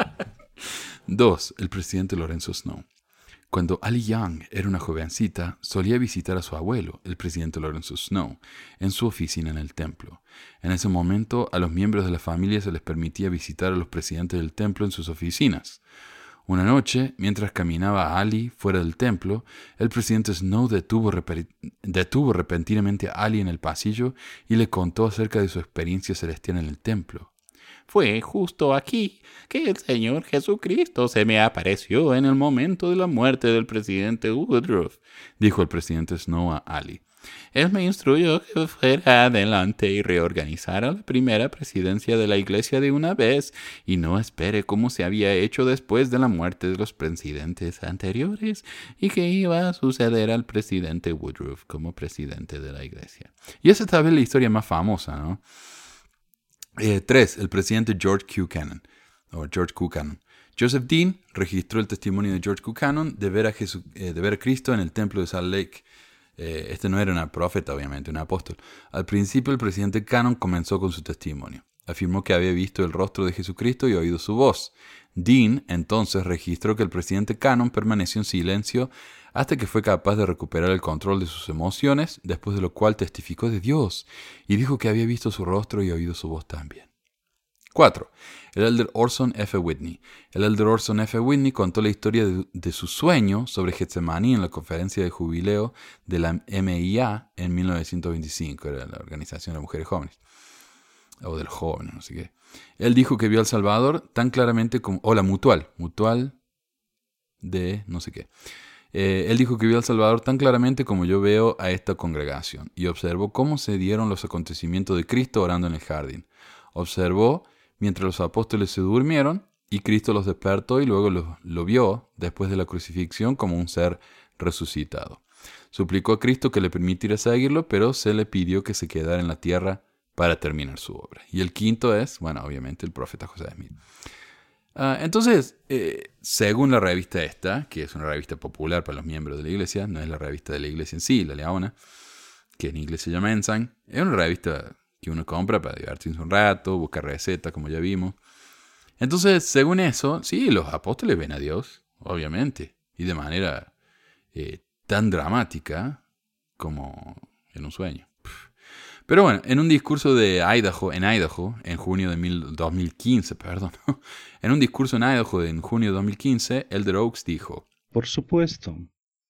Dos, el presidente Lorenzo Snow. Cuando Ali Young era una jovencita, solía visitar a su abuelo, el presidente Lorenzo Snow, en su oficina en el templo. En ese momento, a los miembros de la familia se les permitía visitar a los presidentes del templo en sus oficinas. Una noche, mientras caminaba Ali fuera del templo, el presidente Snow detuvo, reper- detuvo repentinamente a Ali en el pasillo y le contó acerca de su experiencia celestial en el templo. Fue justo aquí que el Señor Jesucristo se me apareció en el momento de la muerte del presidente Woodruff, dijo el presidente Snow a Ali. Él me instruyó que fuera adelante y reorganizara la primera presidencia de la iglesia de una vez y no espere como se había hecho después de la muerte de los presidentes anteriores y que iba a suceder al presidente Woodruff como presidente de la iglesia. Y esa es tal vez la historia más famosa, ¿no? Eh, tres, el presidente George Q. Cannon, o George Q. Cannon. Joseph Dean registró el testimonio de George Q. Cannon de ver a, Jesús, eh, de ver a Cristo en el templo de Salt Lake. Eh, este no era un profeta, obviamente, un apóstol. Al principio, el presidente Cannon comenzó con su testimonio. Afirmó que había visto el rostro de Jesucristo y oído su voz. Dean, entonces, registró que el presidente Cannon permaneció en silencio hasta que fue capaz de recuperar el control de sus emociones, después de lo cual testificó de Dios y dijo que había visto su rostro y oído su voz también. cuatro. El elder Orson F. Whitney. El elder Orson F. Whitney contó la historia de, de su sueño sobre Getsemaní en la conferencia de jubileo de la M I A en mil novecientos veinticinco, era la Organización de Mujeres Jóvenes, o del joven, no sé qué. Él dijo que vio al Salvador tan claramente como, o la mutual, mutual de no sé qué. Eh, él dijo que vio al Salvador tan claramente como yo veo a esta congregación y observó cómo se dieron los acontecimientos de Cristo orando en el jardín. Observó mientras los apóstoles se durmieron y Cristo los despertó y luego lo, lo vio después de la crucifixión como un ser resucitado. Suplicó a Cristo que le permitiera seguirlo, pero se le pidió que se quedara en la tierra para terminar su obra. Y el quinto es, bueno, obviamente el profeta José Smith. Uh, entonces, eh, según la revista esta, que es una revista popular para los miembros de la iglesia, no es la revista de la iglesia en sí, la Leona, que en inglés se llama Ensign, es una revista que uno compra para divertirse un rato, buscar recetas, como ya vimos. Entonces, según eso, sí, los apóstoles ven a Dios, obviamente, y de manera eh, tan dramática como en un sueño. Pero bueno, en un discurso de Idaho, en Idaho, en junio de dos mil quince, perdón, en un discurso en Idaho en junio de dos mil quince, Elder Oaks dijo: Por supuesto,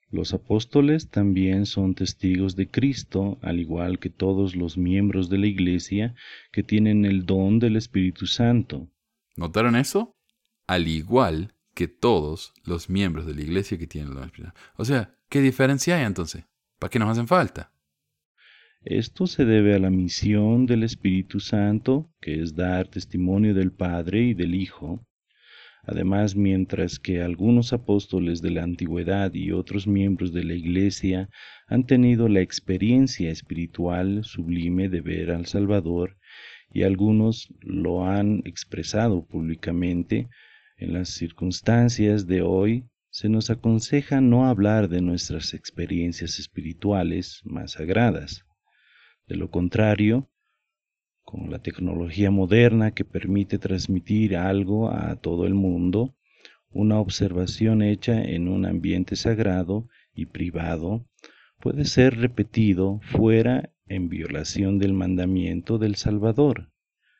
Los apóstoles también son testigos de Cristo, al igual que todos los miembros de la Iglesia que tienen el don del Espíritu Santo. ¿Notaron eso? Al igual que todos los miembros de la Iglesia que tienen el don del Espíritu Santo. O sea, ¿qué diferencia hay entonces? ¿Para qué nos hacen falta? Esto se debe a la misión del Espíritu Santo, que es dar testimonio del Padre y del Hijo. Además, mientras que algunos apóstoles de la antigüedad y otros miembros de la Iglesia han tenido la experiencia espiritual sublime de ver al Salvador, y algunos lo han expresado públicamente, en las circunstancias de hoy se nos aconseja no hablar de nuestras experiencias espirituales más sagradas. De lo contrario, con la tecnología moderna que permite transmitir algo a todo el mundo, una observación hecha en un ambiente sagrado y privado puede ser repetido fuera en violación del mandamiento del Salvador,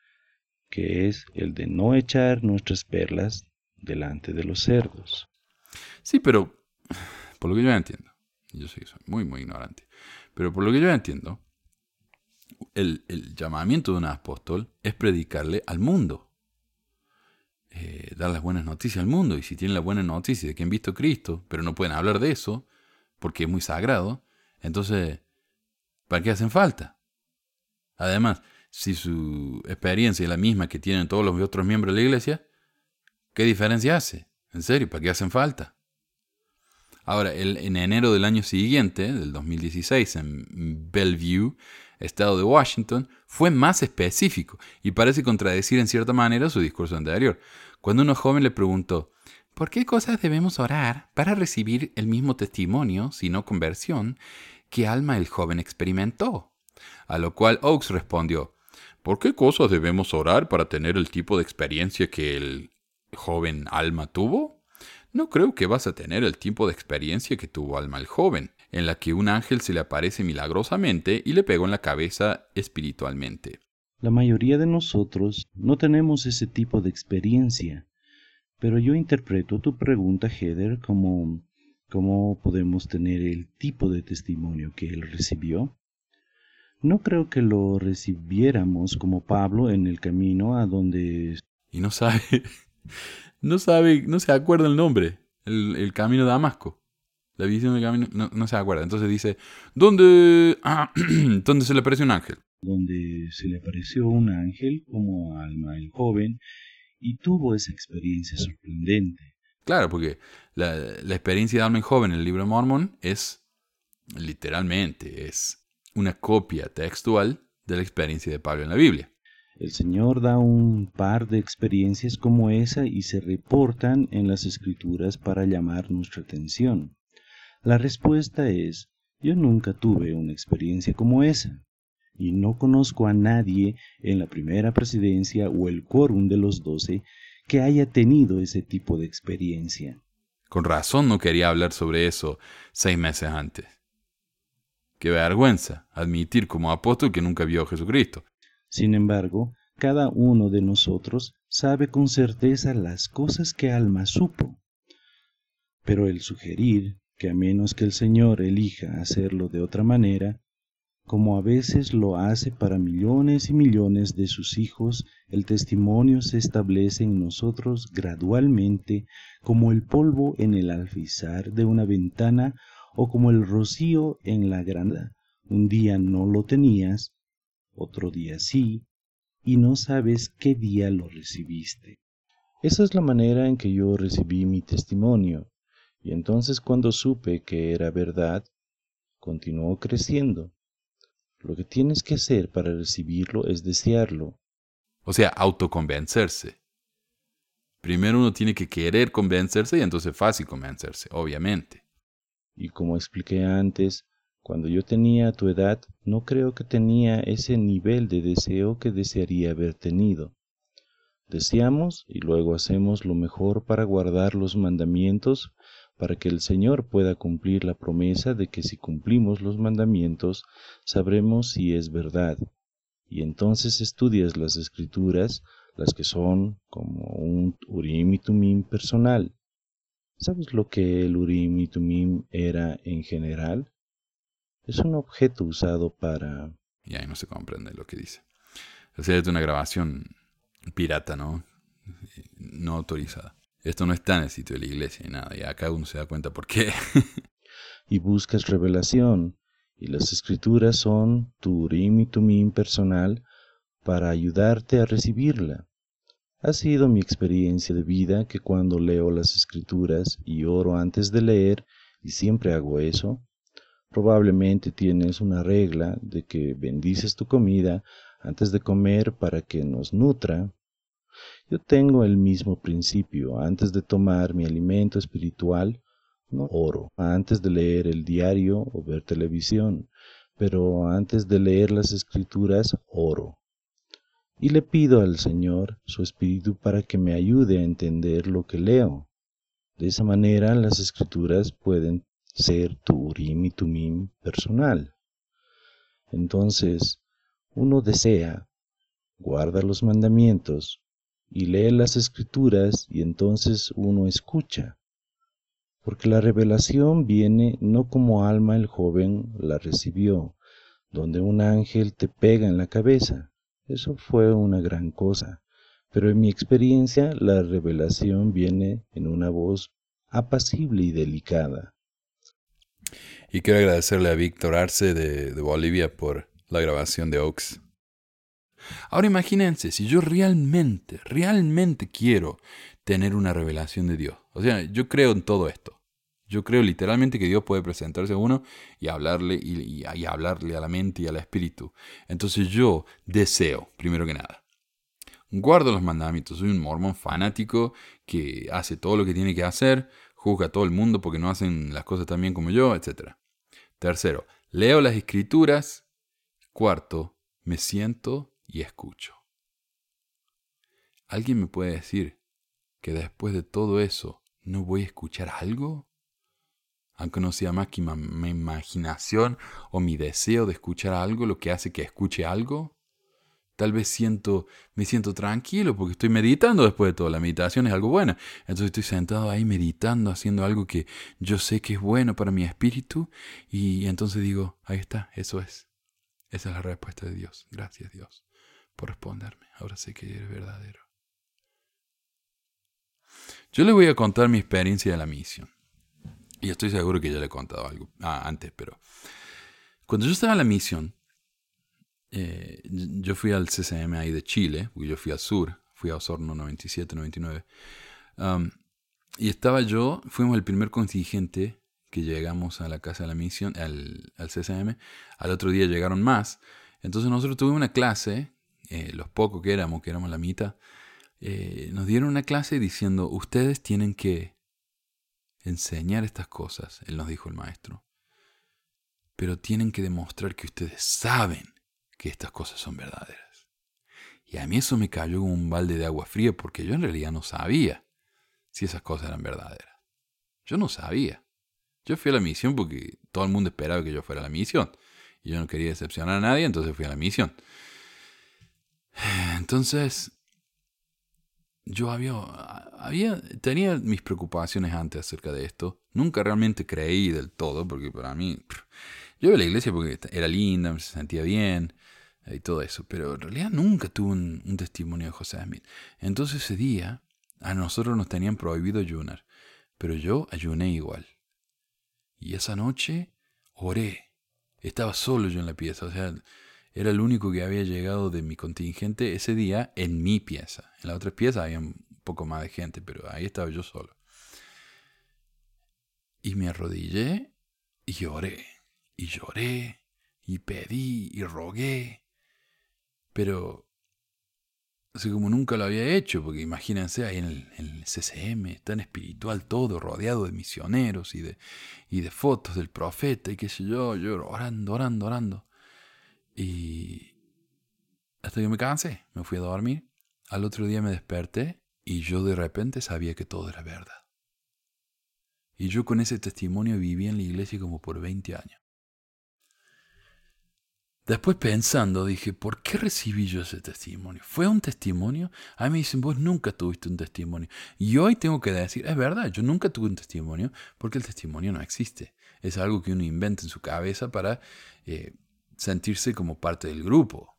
que es el de no echar nuestras perlas delante de los cerdos. Sí, pero por lo que yo entiendo, yo sé que soy muy, muy ignorante, pero por lo que yo entiendo, El, el llamamiento de un apóstol es predicarle al mundo, eh, dar las buenas noticias al mundo. Y si tienen las buenas noticias de que han visto a Cristo, pero no pueden hablar de eso porque es muy sagrado, entonces, ¿para qué hacen falta? Además, si su experiencia es la misma que tienen todos los otros miembros de la iglesia, ¿qué diferencia hace? En serio, ¿para qué hacen falta? Ahora, el, en enero del año siguiente, del dos mil dieciséis, en Bellevue, estado de Washington, fue más específico y parece contradecir en cierta manera su discurso anterior. Cuando uno joven le preguntó, ¿por qué cosas debemos orar para recibir el mismo testimonio, si no conversión, que Alma el joven experimentó? A lo cual Oakes respondió, ¿por qué cosas debemos orar para tener el tipo de experiencia que el joven Alma tuvo? No creo que vas a tener el tipo de experiencia que tuvo Alma el joven, en la que un ángel se le aparece milagrosamente y le pegó en la cabeza espiritualmente. La mayoría de nosotros no tenemos ese tipo de experiencia, pero yo interpreto tu pregunta, Heather, como ¿cómo podemos tener el tipo de testimonio que él recibió? No creo que lo recibiéramos como Pablo en el camino a donde... Y no sabe, no sabe, no se acuerda el nombre, el, el camino de Damasco. La visión del camino, no, no se acuerda. Entonces dice, ¿dónde, ah, ¿dónde se le apareció un ángel? Donde se le apareció un ángel como Alma el joven y tuvo esa experiencia sorprendente. Claro, porque la, la experiencia de Alma el joven en el libro de Mormón es, literalmente, es una copia textual de la experiencia de Pablo en la Biblia. El Señor da un par de experiencias como esa y se reportan en las Escrituras para llamar nuestra atención. La respuesta es, yo nunca tuve una experiencia como esa, y no conozco a nadie en la primera presidencia o el quórum de los doce que haya tenido ese tipo de experiencia. Con razón no quería hablar sobre eso seis meses antes. Qué vergüenza admitir como apóstol que nunca vio a Jesucristo. Sin embargo, cada uno de nosotros sabe con certeza las cosas que Alma supo. Pero el sugerir que a menos que el Señor elija hacerlo de otra manera, como a veces lo hace para millones y millones de sus hijos, el testimonio se establece en nosotros gradualmente como el polvo en el alféizar de una ventana o como el rocío en la granada. Un día no lo tenías, otro día sí, y no sabes qué día lo recibiste. Esa es la manera en que yo recibí mi testimonio, y entonces cuando supe que era verdad, continuó creciendo. Lo que tienes que hacer para recibirlo es desearlo. O sea, autoconvencerse. Primero uno tiene que querer convencerse y entonces es fácil convencerse, obviamente. Y como expliqué antes, cuando yo tenía tu edad, no creo que tenía ese nivel de deseo que desearía haber tenido. Deseamos y luego hacemos lo mejor para guardar los mandamientos, para que el Señor pueda cumplir la promesa de que si cumplimos los mandamientos, sabremos si es verdad. Y entonces estudias las Escrituras, las que son como un Urim y Tumim personal. ¿Sabes lo que el Urim y Tumim era en general? Es un objeto usado para... Y ahí no se comprende lo que dice. O sea, es una grabación pirata, ¿no? No autorizada. Esto no está en el sitio de la iglesia ni nada. Y acá uno se da cuenta por qué. Y buscas revelación. Y las escrituras son tu Urim y Tumim personal para ayudarte a recibirla. Ha sido mi experiencia de vida que cuando leo las escrituras y oro antes de leer, y siempre hago eso, probablemente tienes una regla de que bendices tu comida antes de comer para que nos nutra. Yo tengo el mismo principio. Antes de tomar mi alimento espiritual, no oro. Antes de leer el diario o ver televisión, pero antes de leer las escrituras, oro. Y le pido al Señor su Espíritu para que me ayude a entender lo que leo. De esa manera las escrituras pueden ser tu Urim y Tumim personal. Entonces, uno desea, guarda los mandamientos y lee las escrituras y entonces uno escucha. Porque la revelación viene no como Alma el joven la recibió, donde un ángel te pega en la cabeza. Eso fue una gran cosa, pero en mi experiencia la revelación viene en una voz apacible y delicada. Y quiero agradecerle a Víctor Arce de, de Bolivia por la grabación de Oaks. Ahora imagínense, si yo realmente, realmente quiero tener una revelación de Dios. O sea, yo creo en todo esto. Yo creo literalmente que Dios puede presentarse a uno y hablarle y, y, y hablarle a la mente y al espíritu. Entonces yo deseo, primero que nada, guardo los mandamientos. Soy un mormón fanático que hace todo lo que tiene que hacer, juzga a todo el mundo porque no hacen las cosas tan bien como yo, etcétera. Tercero, leo las escrituras. Cuarto, me siento y escucho. ¿Alguien me puede decir que después de todo eso no voy a escuchar algo? Aunque no sea más que mi imaginación o mi deseo de escuchar algo lo que hace que escuche algo. Tal vez siento, me siento tranquilo porque estoy meditando después de todo. La meditación es algo bueno. Entonces estoy sentado ahí meditando, haciendo algo que yo sé que es bueno para mi espíritu. Y entonces digo, ahí está, eso es. Esa es la respuesta de Dios. Gracias, Dios, por responderme. Ahora sé que eres verdadero. Yo les voy a contar mi experiencia de la misión. Y estoy seguro que ya le he contado algo ah, antes, pero cuando yo estaba en la misión, eh, yo fui al C C M ahí de Chile, porque yo fui al sur, fui a Osorno noventa y siete, noventa y nueve, um, y estaba yo, fuimos el primer contingente que llegamos a la casa de la misión, al, al C C M, al otro día llegaron más, entonces nosotros tuvimos una clase, eh, los pocos que éramos, que éramos la mitad, eh, nos dieron una clase diciendo, ustedes tienen que enseñar estas cosas, él nos dijo el maestro, pero tienen que demostrar que ustedes saben que estas cosas son verdaderas. Y a mí eso me cayó como un balde de agua fría porque yo en realidad no sabía si esas cosas eran verdaderas. Yo no sabía. Yo fui a la misión porque todo el mundo esperaba que yo fuera a la misión. Y yo no quería decepcionar a nadie, entonces fui a la misión. Entonces, yo había, había, tenía mis preocupaciones antes acerca de esto. Nunca realmente creí del todo, porque para mí, yo iba a la iglesia porque era linda, me sentía bien y todo eso, pero en realidad nunca tuve un, un testimonio de José Smith. Entonces ese día, a nosotros nos tenían prohibido ayunar, pero yo ayuné igual. Y esa noche oré. Estaba solo yo en la pieza, o sea, era el único que había llegado de mi contingente ese día en mi pieza. En la otra pieza había un poco más de gente, pero ahí estaba yo solo. Y me arrodillé y lloré. Y lloré, y pedí, y rogué. Pero, así como nunca lo había hecho, porque imagínense ahí en el, en el C C M, tan espiritual todo, rodeado de misioneros y de, y de fotos del profeta, y qué sé yo, yo orando, orando, orando. Y hasta que me cansé, me fui a dormir. Al otro día me desperté y yo de repente sabía que todo era verdad. Y yo con ese testimonio viví en la iglesia como por veinte años. después pensando, dije, ¿por qué recibí yo ese testimonio? ¿Fue un testimonio? A mí me dicen, vos nunca tuviste un testimonio. Y hoy tengo que decir, es verdad, yo nunca tuve un testimonio porque el testimonio no existe. Es algo que uno inventa en su cabeza para eh, sentirse como parte del grupo.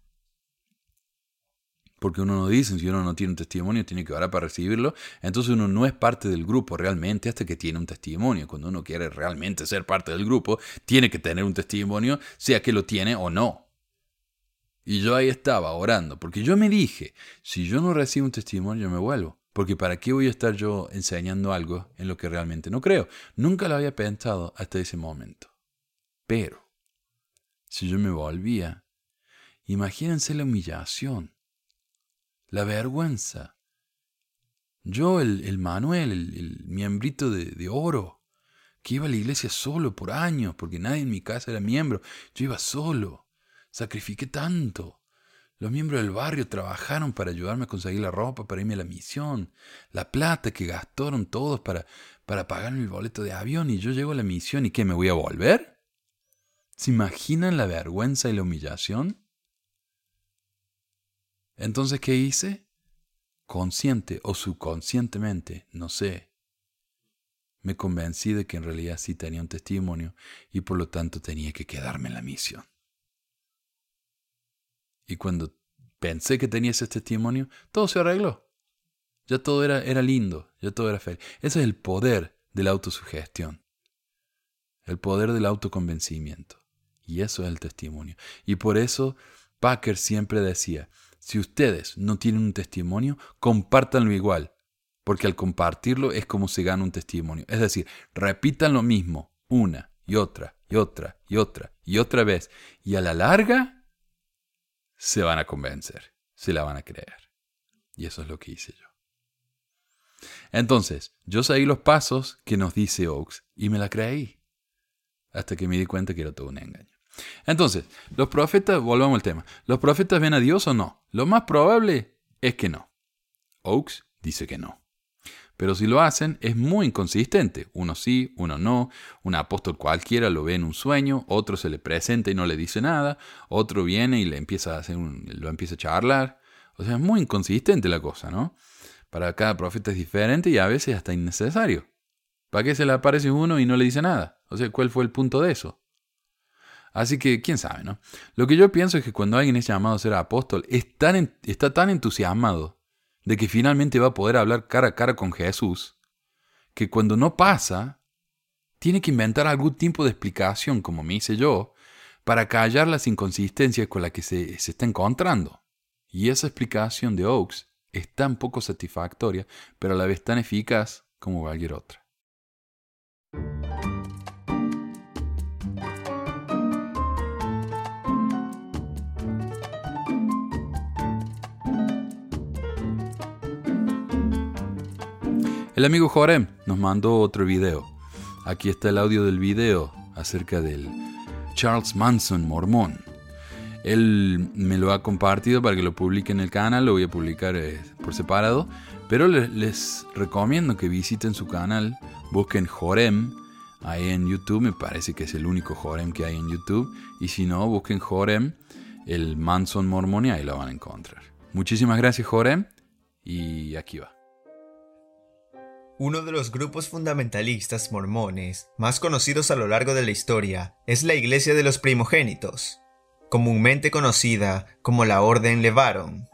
Porque uno no dice, si uno no tiene un testimonio, tiene que orar para recibirlo. Entonces uno no es parte del grupo realmente hasta que tiene un testimonio. Cuando uno quiere realmente ser parte del grupo, tiene que tener un testimonio, sea que lo tiene o no. Y yo ahí estaba orando, porque yo me dije, si yo no recibo un testimonio, yo me vuelvo. Porque ¿para qué voy a estar yo enseñando algo en lo que realmente no creo? Nunca lo había pensado hasta ese momento. Pero, si yo me volvía, imagínense la humillación. La vergüenza. Yo, el, el Manuel, el, el miembrito de, de oro, que iba a la iglesia solo por años, porque nadie en mi casa era miembro. Yo iba solo. Sacrifiqué tanto. Los miembros del barrio trabajaron para ayudarme a conseguir la ropa, para irme a la misión. La plata que gastaron todos para, para pagarme el boleto de avión. Y yo llego a la misión y ¿qué? ¿Me voy a volver? ¿Se imaginan la vergüenza y la humillación? Entonces, ¿qué hice? Consciente o subconscientemente, no sé. Me convencí de que en realidad sí tenía un testimonio y por lo tanto tenía que quedarme en la misión. Y cuando pensé que tenía ese testimonio, todo se arregló. Ya todo era, era lindo, ya todo era feliz. Ese es el poder de la autosugestión. El poder del autoconvencimiento. Y eso es el testimonio. Y por eso Packer siempre decía, si ustedes no tienen un testimonio, compártanlo igual, porque al compartirlo es como se gana un testimonio. Es decir, repitan lo mismo una y otra y otra y otra y otra vez, y a la larga se van a convencer, se la van a creer. Y eso es lo que hice yo. Entonces, yo seguí los pasos que nos dice Oaks y me la creí, hasta que me di cuenta que era todo un engaño. Entonces, los profetas, volvamos al tema. ¿Los profetas ven a Dios o no? Lo más probable es que no. Oaks dice que no. Pero si lo hacen, es muy inconsistente. Uno sí, uno no. Un apóstol cualquiera lo ve en un sueño, otro se le presenta y no le dice nada, otro viene y le empieza a hacer un, lo empieza a charlar. O sea, es muy inconsistente la cosa, ¿no? Para cada profeta es diferente y a veces hasta innecesario. ¿Para qué se le aparece uno y no le dice nada? O sea, ¿cuál fue el punto de eso? Así que, quién sabe, ¿no? Lo que yo pienso es que cuando alguien es llamado a ser apóstol, es tan, está tan entusiasmado de que finalmente va a poder hablar cara a cara con Jesús, que cuando no pasa, tiene que inventar algún tipo de explicación, como me hice yo, para callar las inconsistencias con las que se, se está encontrando. Y esa explicación de Oaks es tan poco satisfactoria, pero a la vez tan eficaz como cualquier otra. El amigo Jorem nos mandó otro video. Aquí está el audio del video acerca del Charles Manson mormón. Él me lo ha compartido para que lo publique en el canal, lo voy a publicar eh, por separado, pero les, les recomiendo que visiten su canal, busquen Jorem ahí en YouTube, me parece que es el único Jorem que hay en YouTube, y si no, busquen Jorem, el Manson mormón, y ahí lo van a encontrar. Muchísimas gracias, Jorem, y aquí va. Uno de los grupos fundamentalistas mormones más conocidos a lo largo de la historia es la Iglesia de los Primogénitos, comúnmente conocida como la Orden LeBaron.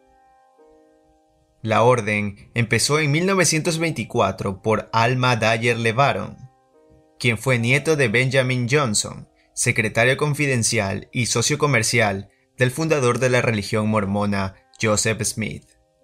La orden empezó en mil novecientos veinticuatro por Alma Dyer LeBaron, quien fue nieto de Benjamin Johnson, secretario confidencial y socio comercial del fundador de la religión mormona, Joseph Smith.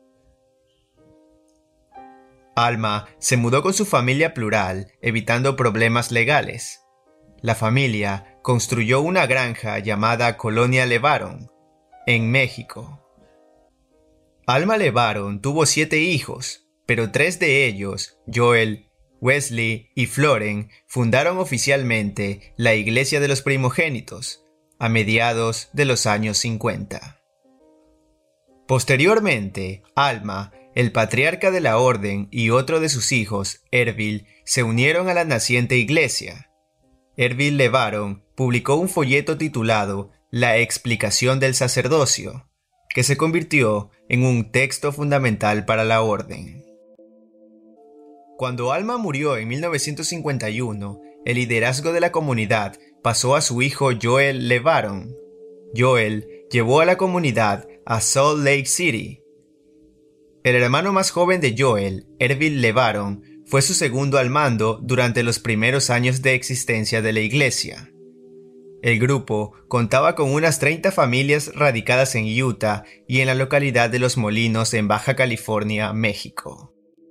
Alma se mudó con su familia plural, evitando problemas legales. La familia construyó una granja llamada Colonia LeBaron, en México. Alma LeBaron tuvo siete hijos, pero tres de ellos, Joel, Wesley y Floren, fundaron oficialmente la Iglesia de los Primogénitos a mediados de los años cincuenta. Posteriormente, Alma, el patriarca de la orden, y otro de sus hijos, Ervil, se unieron a la naciente iglesia. Ervil LeBaron publicó un folleto titulado La explicación del sacerdocio, que se convirtió en un texto fundamental para la orden. Cuando Alma murió en mil novecientos cincuenta y uno, el liderazgo de la comunidad pasó a su hijo Joel LeBaron. Joel llevó a la comunidad a Salt Lake City. El hermano más joven de Joel, Ervil LeBaron, fue su segundo al mando durante los primeros años de existencia de la iglesia. El grupo contaba con unas treinta familias radicadas en Utah y en la localidad de Los Molinos en Baja California, México.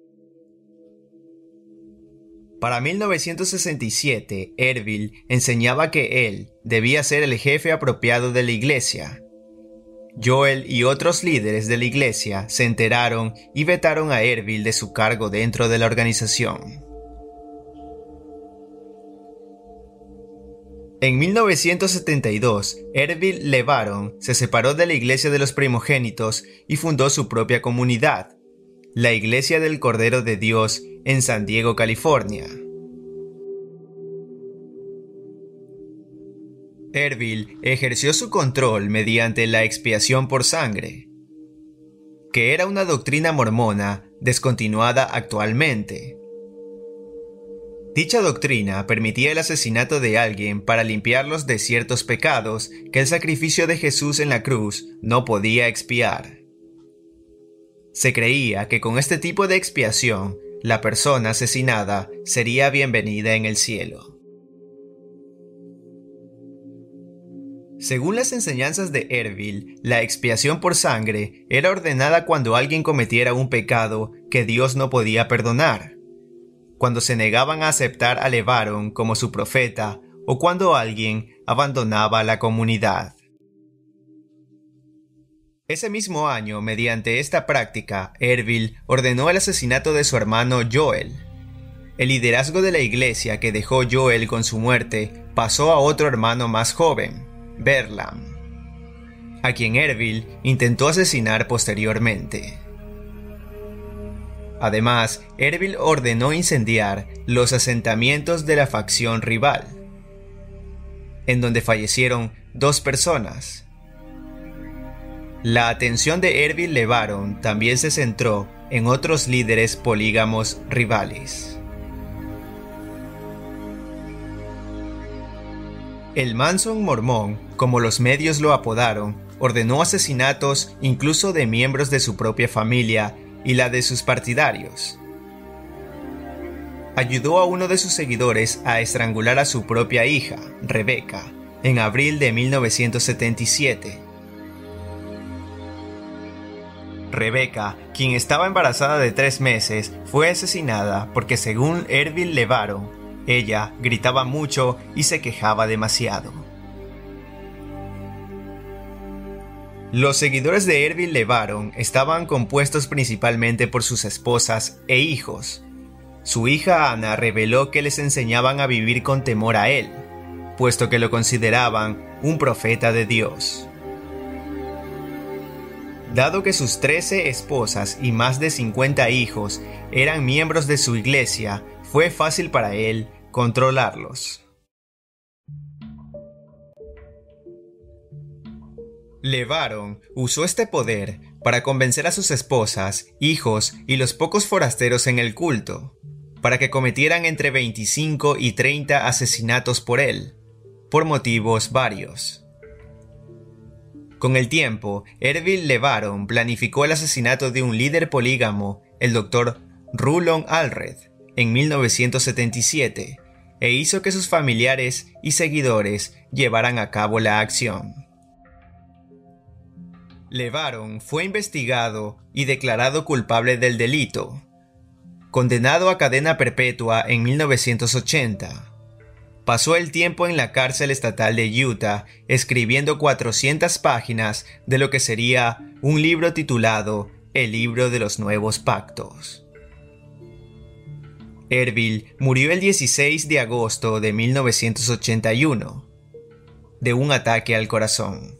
Para mil novecientos sesenta y siete, Ervil enseñaba que él debía ser el jefe apropiado de la iglesia. Joel y otros líderes de la iglesia se enteraron y vetaron a Ervil de su cargo dentro de la organización. En mil novecientos setenta y dos, Ervil LeBaron se separó de la Iglesia de los Primogénitos y fundó su propia comunidad, la Iglesia del Cordero de Dios en San Diego, California. Ervil ejerció su control mediante la expiación por sangre, que era una doctrina mormona descontinuada actualmente. Dicha doctrina permitía el asesinato de alguien para limpiarlos de ciertos pecados que el sacrificio de Jesús en la cruz no podía expiar. Se creía que con este tipo de expiación, la persona asesinada sería bienvenida en el cielo. Según las enseñanzas de Ervil, la expiación por sangre era ordenada cuando alguien cometiera un pecado que Dios no podía perdonar, cuando se negaban a aceptar a LeBaron como su profeta o cuando alguien abandonaba la comunidad. Ese mismo año, mediante esta práctica, Ervil ordenó el asesinato de su hermano Joel. El liderazgo de la iglesia que dejó Joel con su muerte pasó a otro hermano más joven, Berlam, a quien Ervil intentó asesinar posteriormente. Además, Ervil ordenó incendiar los asentamientos de la facción rival, en donde fallecieron dos personas. La atención de Ervil LeBaron también se centró en otros líderes polígamos rivales. El Manson mormón, como los medios lo apodaron, ordenó asesinatos incluso de miembros de su propia familia y la de sus partidarios. Ayudó a uno de sus seguidores a estrangular a su propia hija, Rebecca, en abril de mil novecientos setenta y siete. Rebecca, quien estaba embarazada de tres meses, fue asesinada porque, según Ervil LeBaron, ella gritaba mucho y se quejaba demasiado. Los seguidores de Ervil LeBaron estaban compuestos principalmente por sus esposas e hijos. Su hija Ana reveló que les enseñaban a vivir con temor a él, puesto que lo consideraban un profeta de Dios. Dado que sus trece esposas y más de cincuenta hijos eran miembros de su iglesia, fue fácil para él controlarlos. LeBaron usó este poder para convencer a sus esposas, hijos y los pocos forasteros en el culto, para que cometieran entre veinticinco y treinta asesinatos por él, por motivos varios. Con el tiempo, Ervil LeBaron planificó el asesinato de un líder polígamo, el doctor Rulon Allred, en mil novecientos setenta y siete, e hizo que sus familiares y seguidores llevaran a cabo la acción. LeBaron fue investigado y declarado culpable del delito, condenado a cadena perpetua en mil novecientos ochenta. Pasó el tiempo en la cárcel estatal de Utah escribiendo cuatrocientas páginas de lo que sería un libro titulado El Libro de los Nuevos Pactos. Ervil murió el dieciséis de agosto de mil novecientos ochenta y uno, de un ataque al corazón.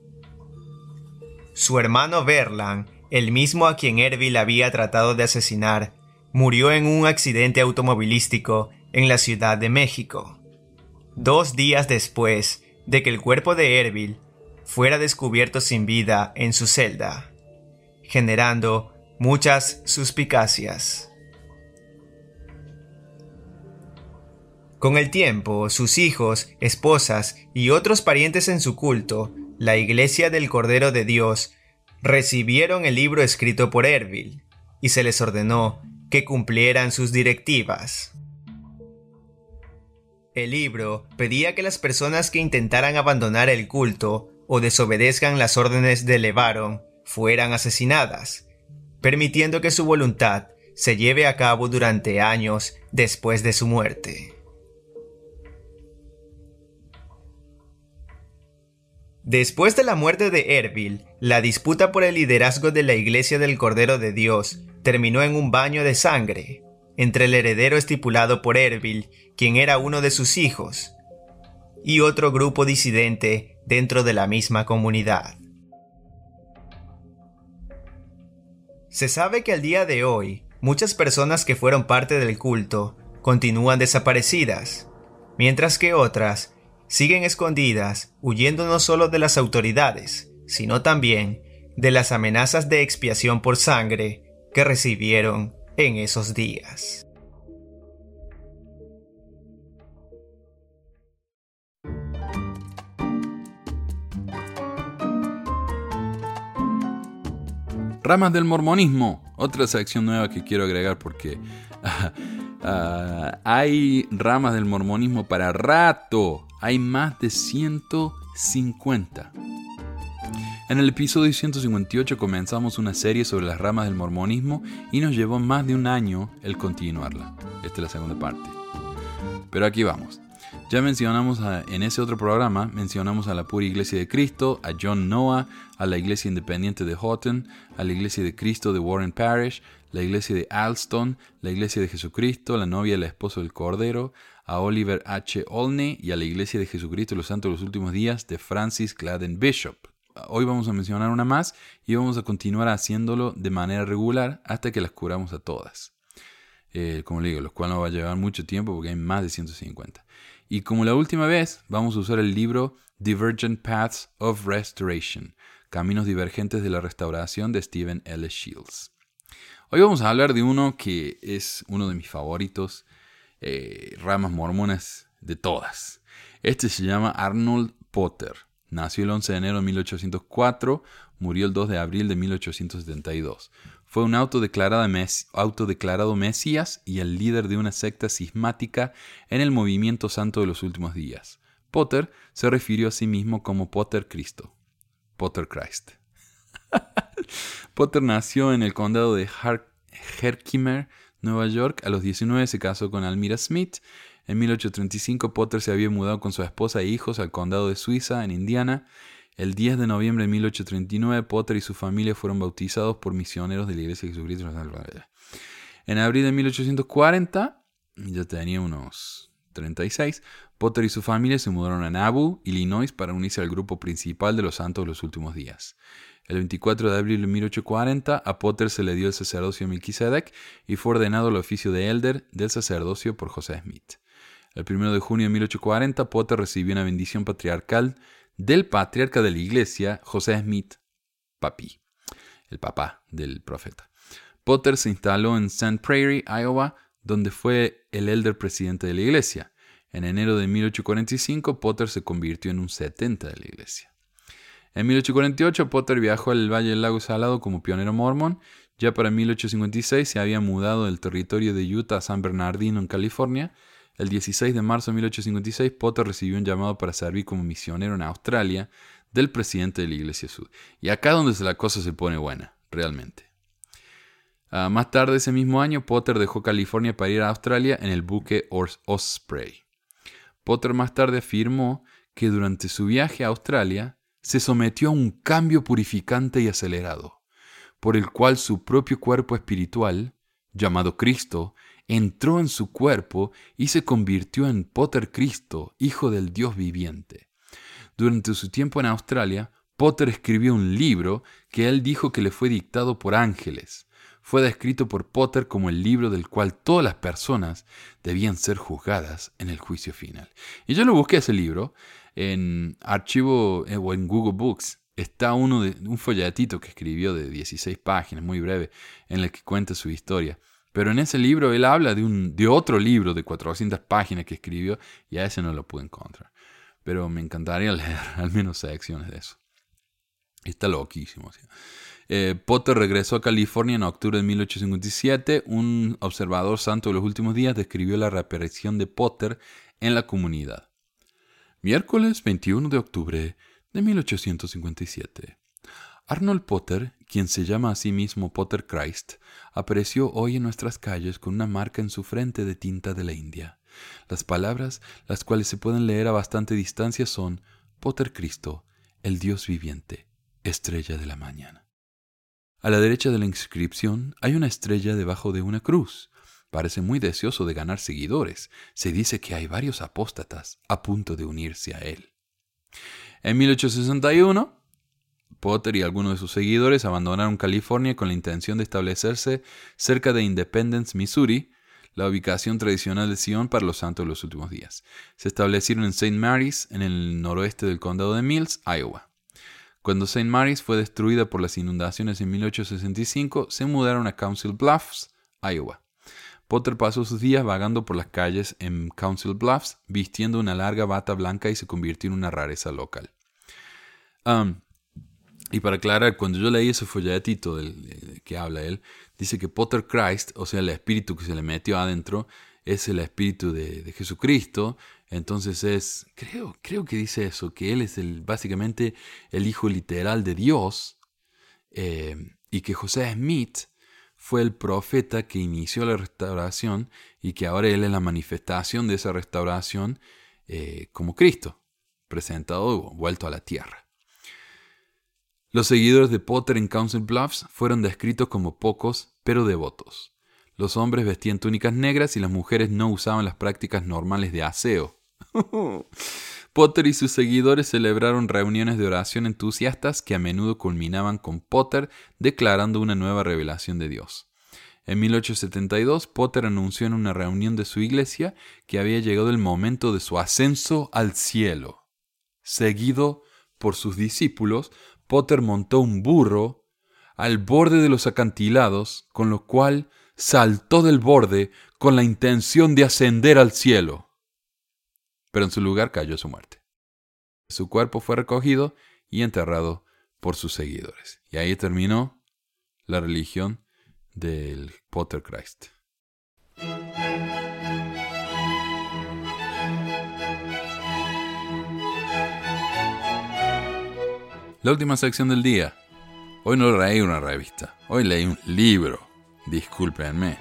Su hermano Berlam, el mismo a quien Ervil había tratado de asesinar, murió en un accidente automovilístico en la Ciudad de México. Dos días después, de que el cuerpo de Erbil fuera descubierto sin vida en su celda, generando muchas suspicacias. Con el tiempo, sus hijos, esposas y otros parientes en su culto, la Iglesia del Cordero de Dios, recibieron el libro escrito por Erbil y se les ordenó que cumplieran sus directivas. El libro pedía que las personas que intentaran abandonar el culto o desobedezcan las órdenes de Levaron fueran asesinadas, permitiendo que su voluntad se lleve a cabo durante años después de su muerte. Después de la muerte de Erbil, la disputa por el liderazgo de la Iglesia del Cordero de Dios terminó en un baño de sangre entre el heredero estipulado por Erbil, quien era uno de sus hijos, y otro grupo disidente dentro de la misma comunidad. Se sabe que al día de hoy, muchas personas que fueron parte del culto continúan desaparecidas, mientras que otras siguen escondidas, huyendo no solo de las autoridades, sino también de las amenazas de expiación por sangre que recibieron en esos días. Ramas del mormonismo, otra sección nueva que quiero agregar porque uh, uh, hay ramas del mormonismo para rato. Hay más de ciento cincuenta. En el episodio ciento cincuenta y ocho comenzamos una serie sobre las ramas del mormonismo y nos llevó más de un año el continuarla. Esta es la segunda parte. Pero aquí vamos. Ya mencionamos a, en ese otro programa, mencionamos a la Pura Iglesia de Cristo, a John Noah, a la Iglesia Independiente de Houghton, a la Iglesia de Cristo de Warren Parish, la Iglesia de Alston, la Iglesia de Jesucristo, la novia y el esposo del Cordero, a Oliver H. Olney y a la Iglesia de Jesucristo de los Santos de los Últimos Días de Francis Gladden Bishop. Hoy vamos a mencionar una más y vamos a continuar haciéndolo de manera regular hasta que las cubramos a todas. Eh, como le digo, lo cual no va a llevar mucho tiempo porque hay más de ciento cincuenta. Y como la última vez, vamos a usar el libro Divergent Paths of Restoration, Caminos Divergentes de la Restauración de Stephen L. Shields. Hoy vamos a hablar de uno que es uno de mis favoritos, eh, ramas mormonas de todas. Este se llama Arnold Potter. Nació el once de enero de mil ochocientos cuatro, murió el dos de abril de mil ochocientos setenta y dos. Fue un autodeclarado, mes, autodeclarado Mesías y el líder de una secta cismática en el movimiento santo de los últimos días. Potter se refirió a sí mismo como Potter Cristo. Potter Christ. Potter nació en el condado de Herkimer, Nueva York. A los diecinueve se casó con Almira Smith. En mil ochocientos treinta y cinco, Potter se había mudado con su esposa e hijos al condado de Suiza, en Indiana. El diez de noviembre de mil ochocientos treinta y nueve, Potter y su familia fueron bautizados por misioneros de la Iglesia de Jesucristo. En abril de mil ochocientos cuarenta, ya tenía unos treinta y seis, Potter y su familia se mudaron a Nauvoo, Illinois, para unirse al grupo principal de los Santos de los Últimos Días. El veinticuatro de abril de mil ochocientos cuarenta, a Potter se le dio el sacerdocio de Melquisedec y fue ordenado al oficio de elder del sacerdocio por José Smith. El primero de junio de mil ochocientos cuarenta, Potter recibió una bendición patriarcal del patriarca de la iglesia, José Smith, papi, el papá del profeta. Potter se instaló en Saint Prairie, Iowa, donde fue el elder presidente de la iglesia. En enero de mil ochocientos cuarenta y cinco, Potter se convirtió en un setenta de la iglesia. En mil ochocientos cuarenta y ocho, Potter viajó al Valle del Lago Salado como pionero mormón. Ya para mil ochocientos cincuenta y seis se había mudado del territorio de Utah a San Bernardino, en California. El dieciséis de marzo de mil ochocientos cincuenta y seis, Potter recibió un llamado para servir como misionero en Australia del presidente de la Iglesia Sud. Y acá donde la cosa se pone buena, realmente. Uh, más tarde ese mismo año, Potter dejó California para ir a Australia en el buque Osprey. Potter más tarde afirmó que durante su viaje a Australia se sometió a un cambio purificante y acelerado, por el cual su propio cuerpo espiritual, llamado Cristo, entró en su cuerpo y se convirtió en Potter Cristo, hijo del Dios viviente. Durante su tiempo en Australia, Potter escribió un libro que él dijo que le fue dictado por ángeles. Fue descrito por Potter como el libro del cual todas las personas debían ser juzgadas en el juicio final. Y yo lo busqué ese libro En archivo eh, o en Google Books está uno de, un folletito que escribió de dieciséis páginas, muy breve, en el que cuenta su historia. Pero en ese libro él habla de, un, de otro libro de cuatrocientas páginas que escribió y a ese no lo pude encontrar. Pero me encantaría leer al menos secciones de eso. Está loquísimo. ¿Sí? Eh, Potter regresó a California en octubre de mil ochocientos cincuenta y siete. Un observador santo de los últimos días describió la reaparición de Potter en la comunidad. Miércoles veintiuno de octubre de mil ochocientos cincuenta y siete. Arnold Potter, quien se llama a sí mismo Potter Christ, apareció hoy en nuestras calles con una marca en su frente de tinta de la India. Las palabras, las cuales se pueden leer a bastante distancia, son Potter Cristo, el Dios viviente, estrella de la mañana. A la derecha de la inscripción hay una estrella debajo de una cruz. Parece muy deseoso de ganar seguidores. Se dice que hay varios apóstatas a punto de unirse a él. En mil ochocientos sesenta y uno, Potter y algunos de sus seguidores abandonaron California con la intención de establecerse cerca de Independence, Missouri, la ubicación tradicional de Sion para los santos de los últimos días. Se establecieron en Saint Mary's, en el noroeste del condado de Mills, Iowa. Cuando Saint Mary's fue destruida por las inundaciones en mil ochocientos sesenta y cinco, se mudaron a Council Bluffs, Iowa. Potter pasó sus días vagando por las calles en Council Bluffs, vistiendo una larga bata blanca y se convirtió en una rareza local. Um, y para aclarar, cuando yo leí ese folletito del, del que habla él, dice que Potter Christ, o sea, el espíritu que se le metió adentro, es el espíritu de, de Jesucristo. Entonces es, creo, creo que dice eso, que él es el, básicamente el hijo literal de Dios, eh, y que José Smith fue el profeta que inició la restauración y que ahora él es la manifestación de esa restauración eh, como Cristo, presentado, vuelto a la tierra. Los seguidores de Potter en Council Bluffs fueron descritos como pocos, pero devotos. Los hombres vestían túnicas negras y las mujeres no usaban las prácticas normales de aseo. Potter y sus seguidores celebraron reuniones de oración entusiastas que a menudo culminaban con Potter declarando una nueva revelación de Dios. En mil ochocientos setenta y dos, Potter anunció en una reunión de su iglesia que había llegado el momento de su ascenso al cielo. Seguido por sus discípulos, Potter montó un burro al borde de los acantilados, con lo cual saltó del borde con la intención de ascender al cielo. Pero en su lugar cayó su muerte. Su cuerpo fue recogido y enterrado por sus seguidores. Y ahí terminó la religión del Potter Christ. La última sección del día. Hoy no leí una revista, hoy leí un libro. Discúlpenme.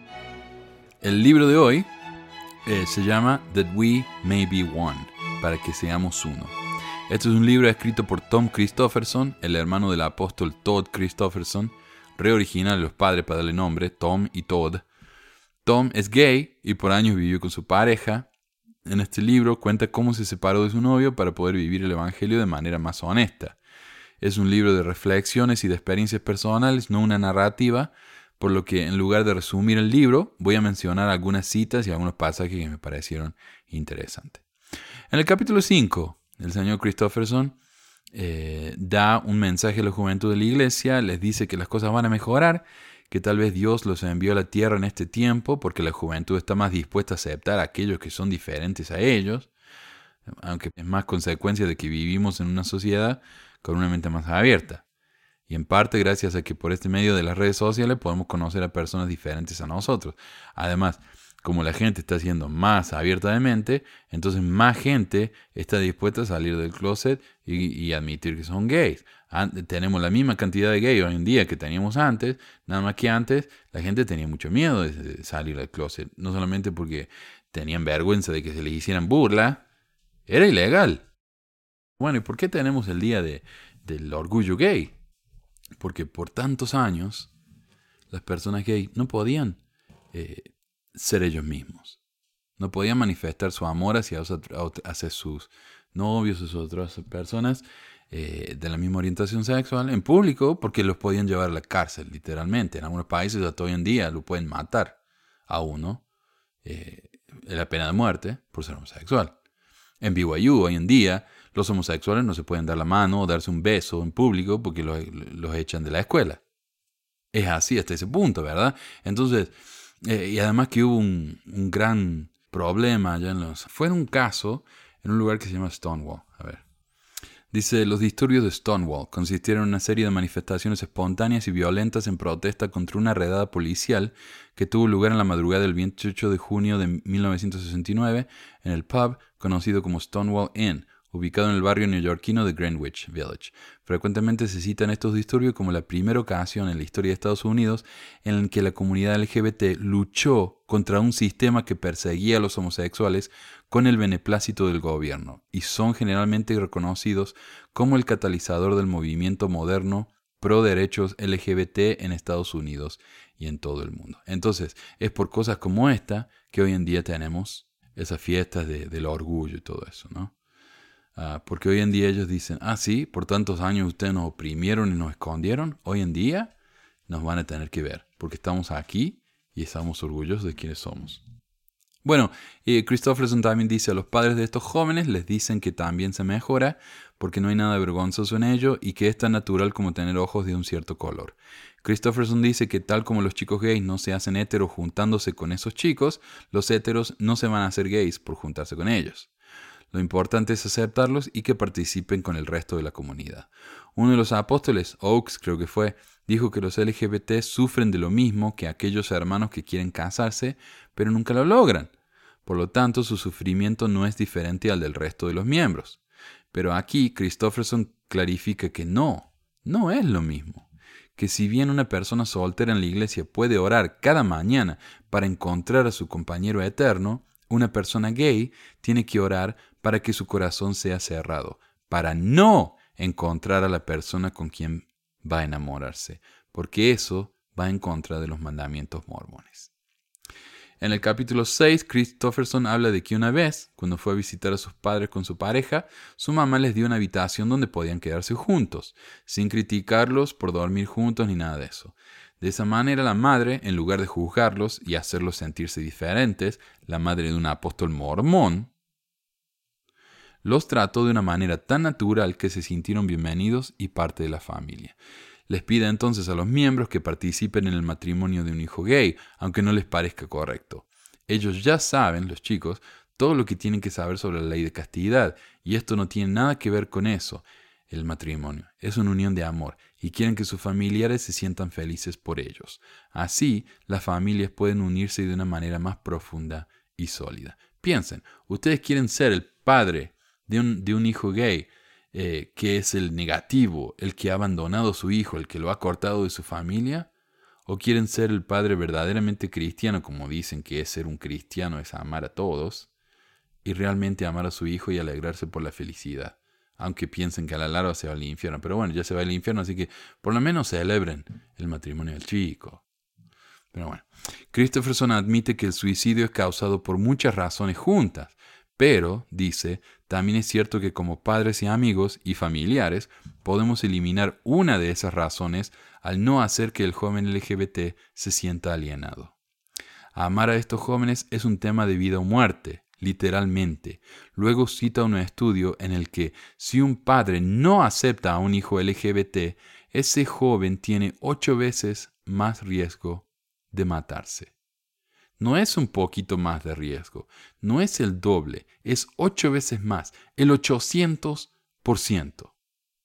El libro de hoy eh, se llama That We May Be One, para que seamos uno. Este es un libro escrito por Tom Christofferson, el hermano del apóstol Todd Christofferson, reoriginal de los padres para darle nombre, Tom y Todd. Tom es gay y por años vivió con su pareja. En este libro cuenta cómo se separó de su novio para poder vivir el evangelio de manera más honesta. Es un libro de reflexiones y de experiencias personales, no una narrativa, por lo que en lugar de resumir el libro, voy a mencionar algunas citas y algunos pasajes que me parecieron interesantes. En el capítulo cinco, el señor Christofferson eh, da un mensaje a la juventud de la iglesia, les dice que las cosas van a mejorar, que tal vez Dios los envió a la tierra en este tiempo porque la juventud está más dispuesta a aceptar a aquellos que son diferentes a ellos, aunque es más consecuencia de que vivimos en una sociedad con una mente más abierta. Y en parte gracias a que por este medio de las redes sociales podemos conocer a personas diferentes a nosotros. Además, como la gente está siendo más abierta de mente, entonces más gente está dispuesta a salir del closet y, y admitir que son gays. An- tenemos la misma cantidad de gays hoy en día que teníamos antes, nada más que antes la gente tenía mucho miedo de salir del closet. No solamente porque tenían vergüenza de que se les hicieran burla, era ilegal. Bueno, ¿y por qué tenemos el día de, del orgullo gay? Porque por tantos años las personas gay no podían eh, ser ellos mismos. No podían manifestar su amor hacia, hacia sus novios o sus otras personas eh, de la misma orientación sexual en público porque los podían llevar a la cárcel, literalmente. En algunos países hasta hoy en día lo pueden matar a uno, eh, la pena de muerte por ser homosexual. En B Y U hoy en día los homosexuales no se pueden dar la mano o darse un beso en público porque los, los echan de la escuela. Es así hasta ese punto, ¿verdad? Entonces, eh, y además que hubo un, un gran problema allá en los... Fue en un caso en un lugar que se llama Stonewall. A ver. Dice, los disturbios de Stonewall consistieron en una serie de manifestaciones espontáneas y violentas en protesta contra una redada policial que tuvo lugar en la madrugada del veintiocho de junio de mil novecientos sesenta y nueve en el pub conocido como Stonewall Inn, ubicado en el barrio neoyorquino de Greenwich Village. Frecuentemente se citan estos disturbios como la primera ocasión en la historia de Estados Unidos en la que la comunidad L G B T luchó contra un sistema que perseguía a los homosexuales con el beneplácito del gobierno, y son generalmente reconocidos como el catalizador del movimiento moderno pro derechos L G B T en Estados Unidos y en todo el mundo. Entonces, es por cosas como esta que hoy en día tenemos esas fiestas de, del orgullo y todo eso, ¿no? Uh, porque hoy en día ellos dicen, ah, sí, por tantos años ustedes nos oprimieron y nos escondieron, hoy en día nos van a tener que ver, porque estamos aquí y estamos orgullosos de quienes somos. Bueno, eh, Christofferson también dice, a los padres de estos jóvenes les dicen que también se mejora, porque no hay nada vergonzoso en ello y que es tan natural como tener ojos de un cierto color. Christofferson dice que tal como los chicos gays no se hacen héteros juntándose con esos chicos, los héteros no se van a hacer gays por juntarse con ellos. Lo importante es aceptarlos y que participen con el resto de la comunidad. Uno de los apóstoles, Oakes creo que fue, dijo que los L G B T sufren de lo mismo que aquellos hermanos que quieren casarse, pero nunca lo logran. Por lo tanto, su sufrimiento no es diferente al del resto de los miembros. Pero aquí Christofferson clarifica que no, no es lo mismo. Que si bien una persona soltera en la iglesia puede orar cada mañana para encontrar a su compañero eterno, una persona gay tiene que orar para que su corazón sea cerrado, para no encontrar a la persona con quien va a enamorarse, porque eso va en contra de los mandamientos mormones. En el capítulo seis, Christofferson habla de que una vez, cuando fue a visitar a sus padres con su pareja, su mamá les dio una habitación donde podían quedarse juntos, sin criticarlos por dormir juntos ni nada de eso. De esa manera la madre, en lugar de juzgarlos y hacerlos sentirse diferentes, la madre de un apóstol mormón, los trató de una manera tan natural que se sintieron bienvenidos y parte de la familia. Les pide entonces a los miembros que participen en el matrimonio de un hijo gay, aunque no les parezca correcto. Ellos ya saben, los chicos, todo lo que tienen que saber sobre la ley de castidad, y esto no tiene nada que ver con eso. El matrimonio es una unión de amor y quieren que sus familiares se sientan felices por ellos. Así, las familias pueden unirse de una manera más profunda y sólida. Piensen, ¿ustedes quieren ser el padre de un, de un hijo gay eh, que es el negativo, el que ha abandonado a su hijo, el que lo ha cortado de su familia? ¿O quieren ser el padre verdaderamente cristiano, como dicen que es ser un cristiano, es amar a todos, y realmente amar a su hijo y alegrarse por la felicidad? Aunque piensen que a la larga se va al infierno. Pero bueno, ya se va al infierno, así que por lo menos celebren el matrimonio del chico. Pero bueno, Christofferson admite que el suicidio es causado por muchas razones juntas. Pero, dice, también es cierto que como padres y amigos y familiares podemos eliminar una de esas razones al no hacer que el joven L G B T se sienta alienado. Amar a estos jóvenes es un tema de vida o muerte. Literalmente. Luego cita un estudio en el que si un padre no acepta a un hijo L G B T, ese joven tiene ocho veces más riesgo de matarse. No es un poquito más de riesgo, no es el doble, es ocho veces más, el ochocientos por ciento.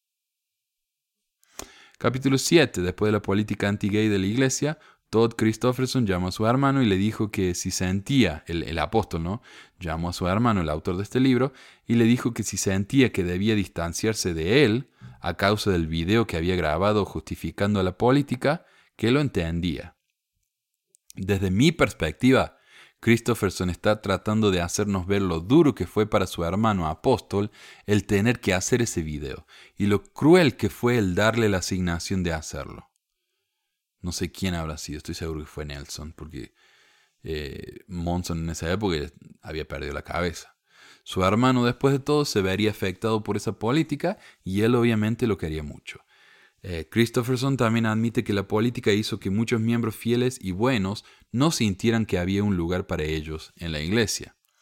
Capítulo siete. Después de la política anti-gay de la iglesia, Todd Christofferson llamó a su hermano y le dijo que si sentía, el, el apóstol, ¿no? Llamó a su hermano, el autor de este libro, y le dijo que si sentía que debía distanciarse de él a causa del video que había grabado justificando la política, que lo entendía. Desde mi perspectiva, Christofferson está tratando de hacernos ver lo duro que fue para su hermano apóstol el tener que hacer ese video, y lo cruel que fue el darle la asignación de hacerlo. No sé quién habrá sido, estoy seguro que fue Nelson, porque eh, Monson en esa época había perdido la cabeza. Su hermano, después de todo, se vería afectado por esa política y él obviamente lo quería mucho. Eh, Christofferson también admite que la política hizo que muchos miembros fieles y buenos no sintieran que había un lugar para ellos en la iglesia.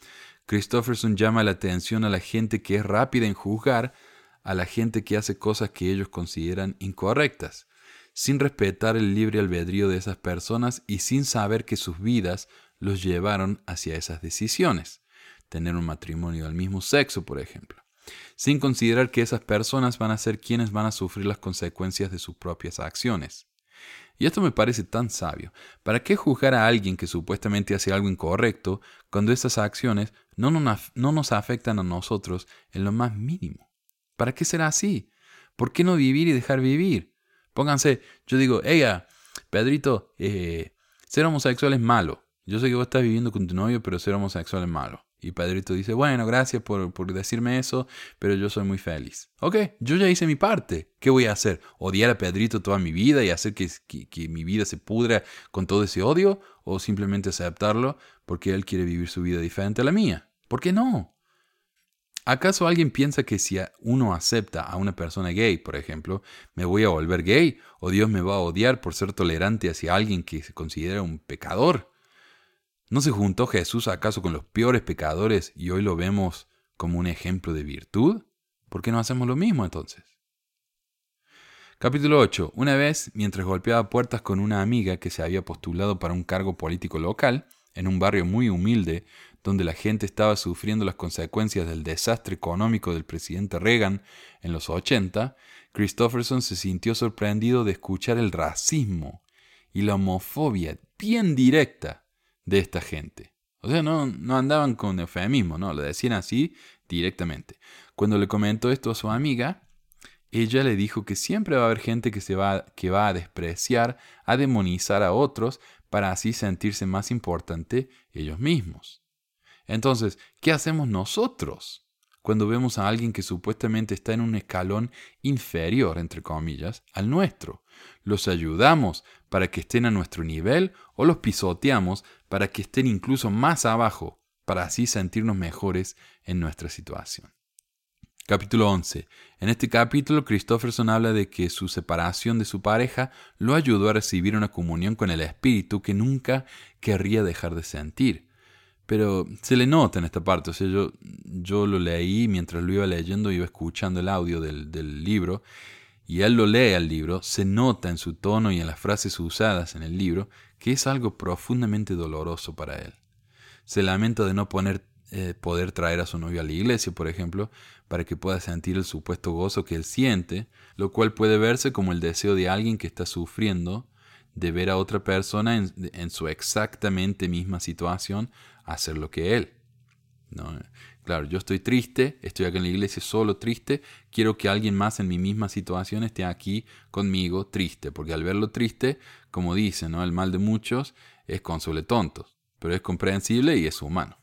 Christofferson llama la atención a la gente que es rápida en juzgar a la gente que hace cosas que ellos consideran incorrectas, sin respetar el libre albedrío de esas personas y sin saber que sus vidas los llevaron hacia esas decisiones. Tener un matrimonio del mismo sexo, por ejemplo, sin considerar que esas personas van a ser quienes van a sufrir las consecuencias de sus propias acciones. Y esto me parece tan sabio. ¿Para qué juzgar a alguien que supuestamente hace algo incorrecto cuando esas acciones no nos, no nos afectan a nosotros en lo más mínimo? ¿Para qué será así? ¿Por qué no vivir y dejar vivir? Pónganse, yo digo, ella, Pedrito, eh, ser homosexual es malo. Yo sé que vos estás viviendo con tu novio, pero ser homosexual es malo. Y Pedrito dice, bueno, gracias por, por decirme eso, pero yo soy muy feliz. Ok, yo ya hice mi parte. ¿Qué voy a hacer? ¿Odiar a Pedrito toda mi vida y hacer que, que, que mi vida se pudra con todo ese odio? ¿O simplemente aceptarlo porque él quiere vivir su vida diferente a la mía? ¿Por qué no? ¿Acaso alguien piensa que si uno acepta a una persona gay, por ejemplo, me voy a volver gay? ¿O Dios me va a odiar por ser tolerante hacia alguien que se considera un pecador? ¿No se juntó Jesús acaso con los peores pecadores y hoy lo vemos como un ejemplo de virtud? ¿Por qué no hacemos lo mismo entonces? Capítulo ocho. Una vez, mientras golpeaba puertas con una amiga que se había postulado para un cargo político local, en un barrio muy humilde, donde la gente estaba sufriendo las consecuencias del desastre económico del presidente Reagan en los ochenta, Christofferson se sintió sorprendido de escuchar el racismo y la homofobia bien directa de esta gente. O sea, no, no andaban con eufemismo, no, lo decían así directamente. Cuando le comentó esto a su amiga, ella le dijo que siempre va a haber gente que, se va, que va a despreciar, a demonizar a otros, para así sentirse más importante ellos mismos. Entonces, ¿qué hacemos nosotros cuando vemos a alguien que supuestamente está en un escalón inferior, entre comillas, al nuestro? ¿Los ayudamos para que estén a nuestro nivel o los pisoteamos para que estén incluso más abajo, para así sentirnos mejores en nuestra situación? Capítulo once. En este capítulo, Christofferson habla de que su separación de su pareja lo ayudó a recibir una comunión con el Espíritu que nunca querría dejar de sentir. Pero se le nota en esta parte, o sea, yo, yo lo leí mientras lo iba leyendo, iba escuchando el audio del, del libro, y él lo lee al libro, se nota en su tono y en las frases usadas en el libro que es algo profundamente doloroso para él. Se lamenta de no poner, eh, poder traer a su novio a la iglesia, por ejemplo, para que pueda sentir el supuesto gozo que él siente, lo cual puede verse como el deseo de alguien que está sufriendo de ver a otra persona en, en su exactamente misma situación hacer lo que él. ¿No? Claro, yo estoy triste, estoy acá en la iglesia solo triste, quiero que alguien más en mi misma situación esté aquí conmigo triste, porque al verlo triste, como dice, ¿no? El mal de muchos es consuelo de tontos, pero es comprensible y es humano.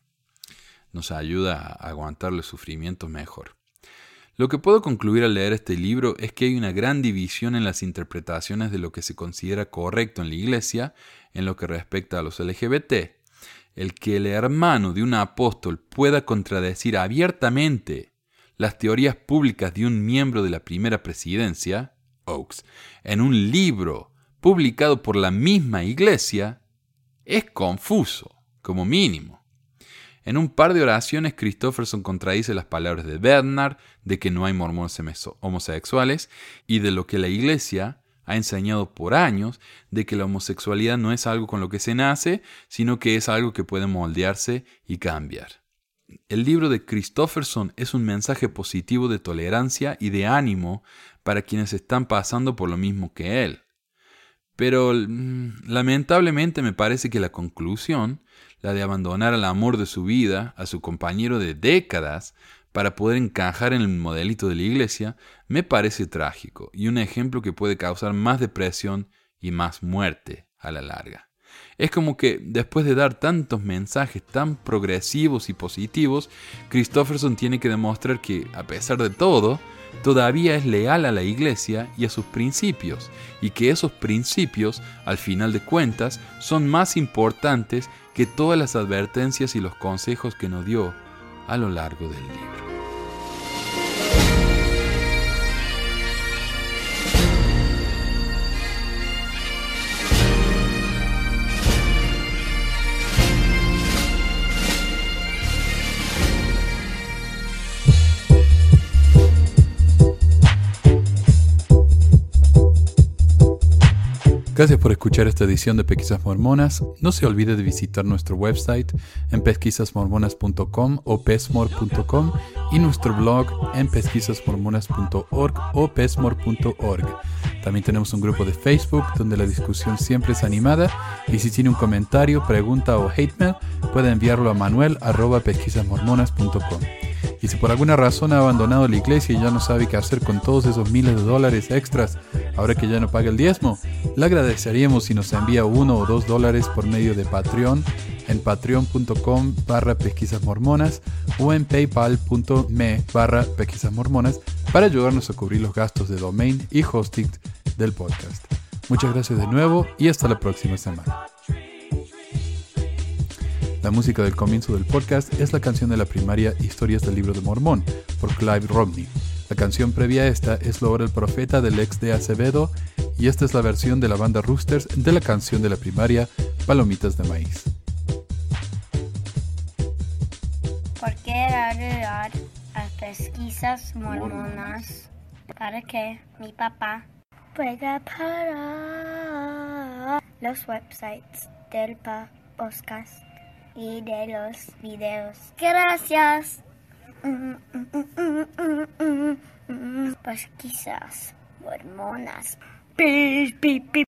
Nos ayuda a aguantar los sufrimientos mejor. Lo que puedo concluir al leer este libro es que hay una gran división en las interpretaciones de lo que se considera correcto en la iglesia en lo que respecta a los L G B T. El que el hermano de un apóstol pueda contradecir abiertamente las teorías públicas de un miembro de la primera presidencia, Oaks, en un libro publicado por la misma iglesia, es confuso, como mínimo. En un par de oraciones, Christofferson contradice las palabras de Bernard de que no hay mormones homosexuales y de lo que la iglesia ha enseñado por años de que la homosexualidad no es algo con lo que se nace, sino que es algo que puede moldearse y cambiar. El libro de Christofferson es un mensaje positivo de tolerancia y de ánimo para quienes están pasando por lo mismo que él. Pero lamentablemente me parece que la conclusión, la de abandonar el amor de su vida a su compañero de décadas para poder encajar en el modelito de la iglesia, me parece trágico y un ejemplo que puede causar más depresión y más muerte a la larga. Es como que después de dar tantos mensajes tan progresivos y positivos, Christofferson tiene que demostrar que, a pesar de todo, todavía es leal a la iglesia y a sus principios, y que esos principios, al final de cuentas, son más importantes que todas las advertencias y los consejos que nos dio a lo largo del libro. Gracias por escuchar esta edición de Pesquisas Mormonas. No se olvide de visitar nuestro website en pesquisas mormonas punto com o pesmor punto com y nuestro blog en pesquisas mormonas punto org o pesmor punto org. También tenemos un grupo de Facebook donde la discusión siempre es animada y si tiene un comentario, pregunta o hate mail, puede enviarlo a manuel arroba pesquisas mormonas punto com. Y si por alguna razón ha abandonado la iglesia y ya no sabe qué hacer con todos esos miles de dólares extras, ahora que ya no paga el diezmo, le agradeceríamos si nos envía uno o dos dólares por medio de Patreon en patreon punto com barra pesquisas mormonas o en paypal punto me barra pesquisas mormonas para ayudarnos a cubrir los gastos de domain y hosting del podcast. Muchas gracias de nuevo y hasta la próxima semana. La música del comienzo del podcast es la canción de la primaria Historias del Libro de Mormón, por Clive Romney. La canción previa a esta es La Hora del Profeta del ex de Acevedo, y esta es la versión de la banda Roosters de la canción de la primaria Palomitas de Maíz. ¿Por qué ayudar a pesquisas mormonas? Para que mi papá pueda parar los websites del podcast y de los videos. Gracias. Pesquisas mormonas. Pi, pi, pi.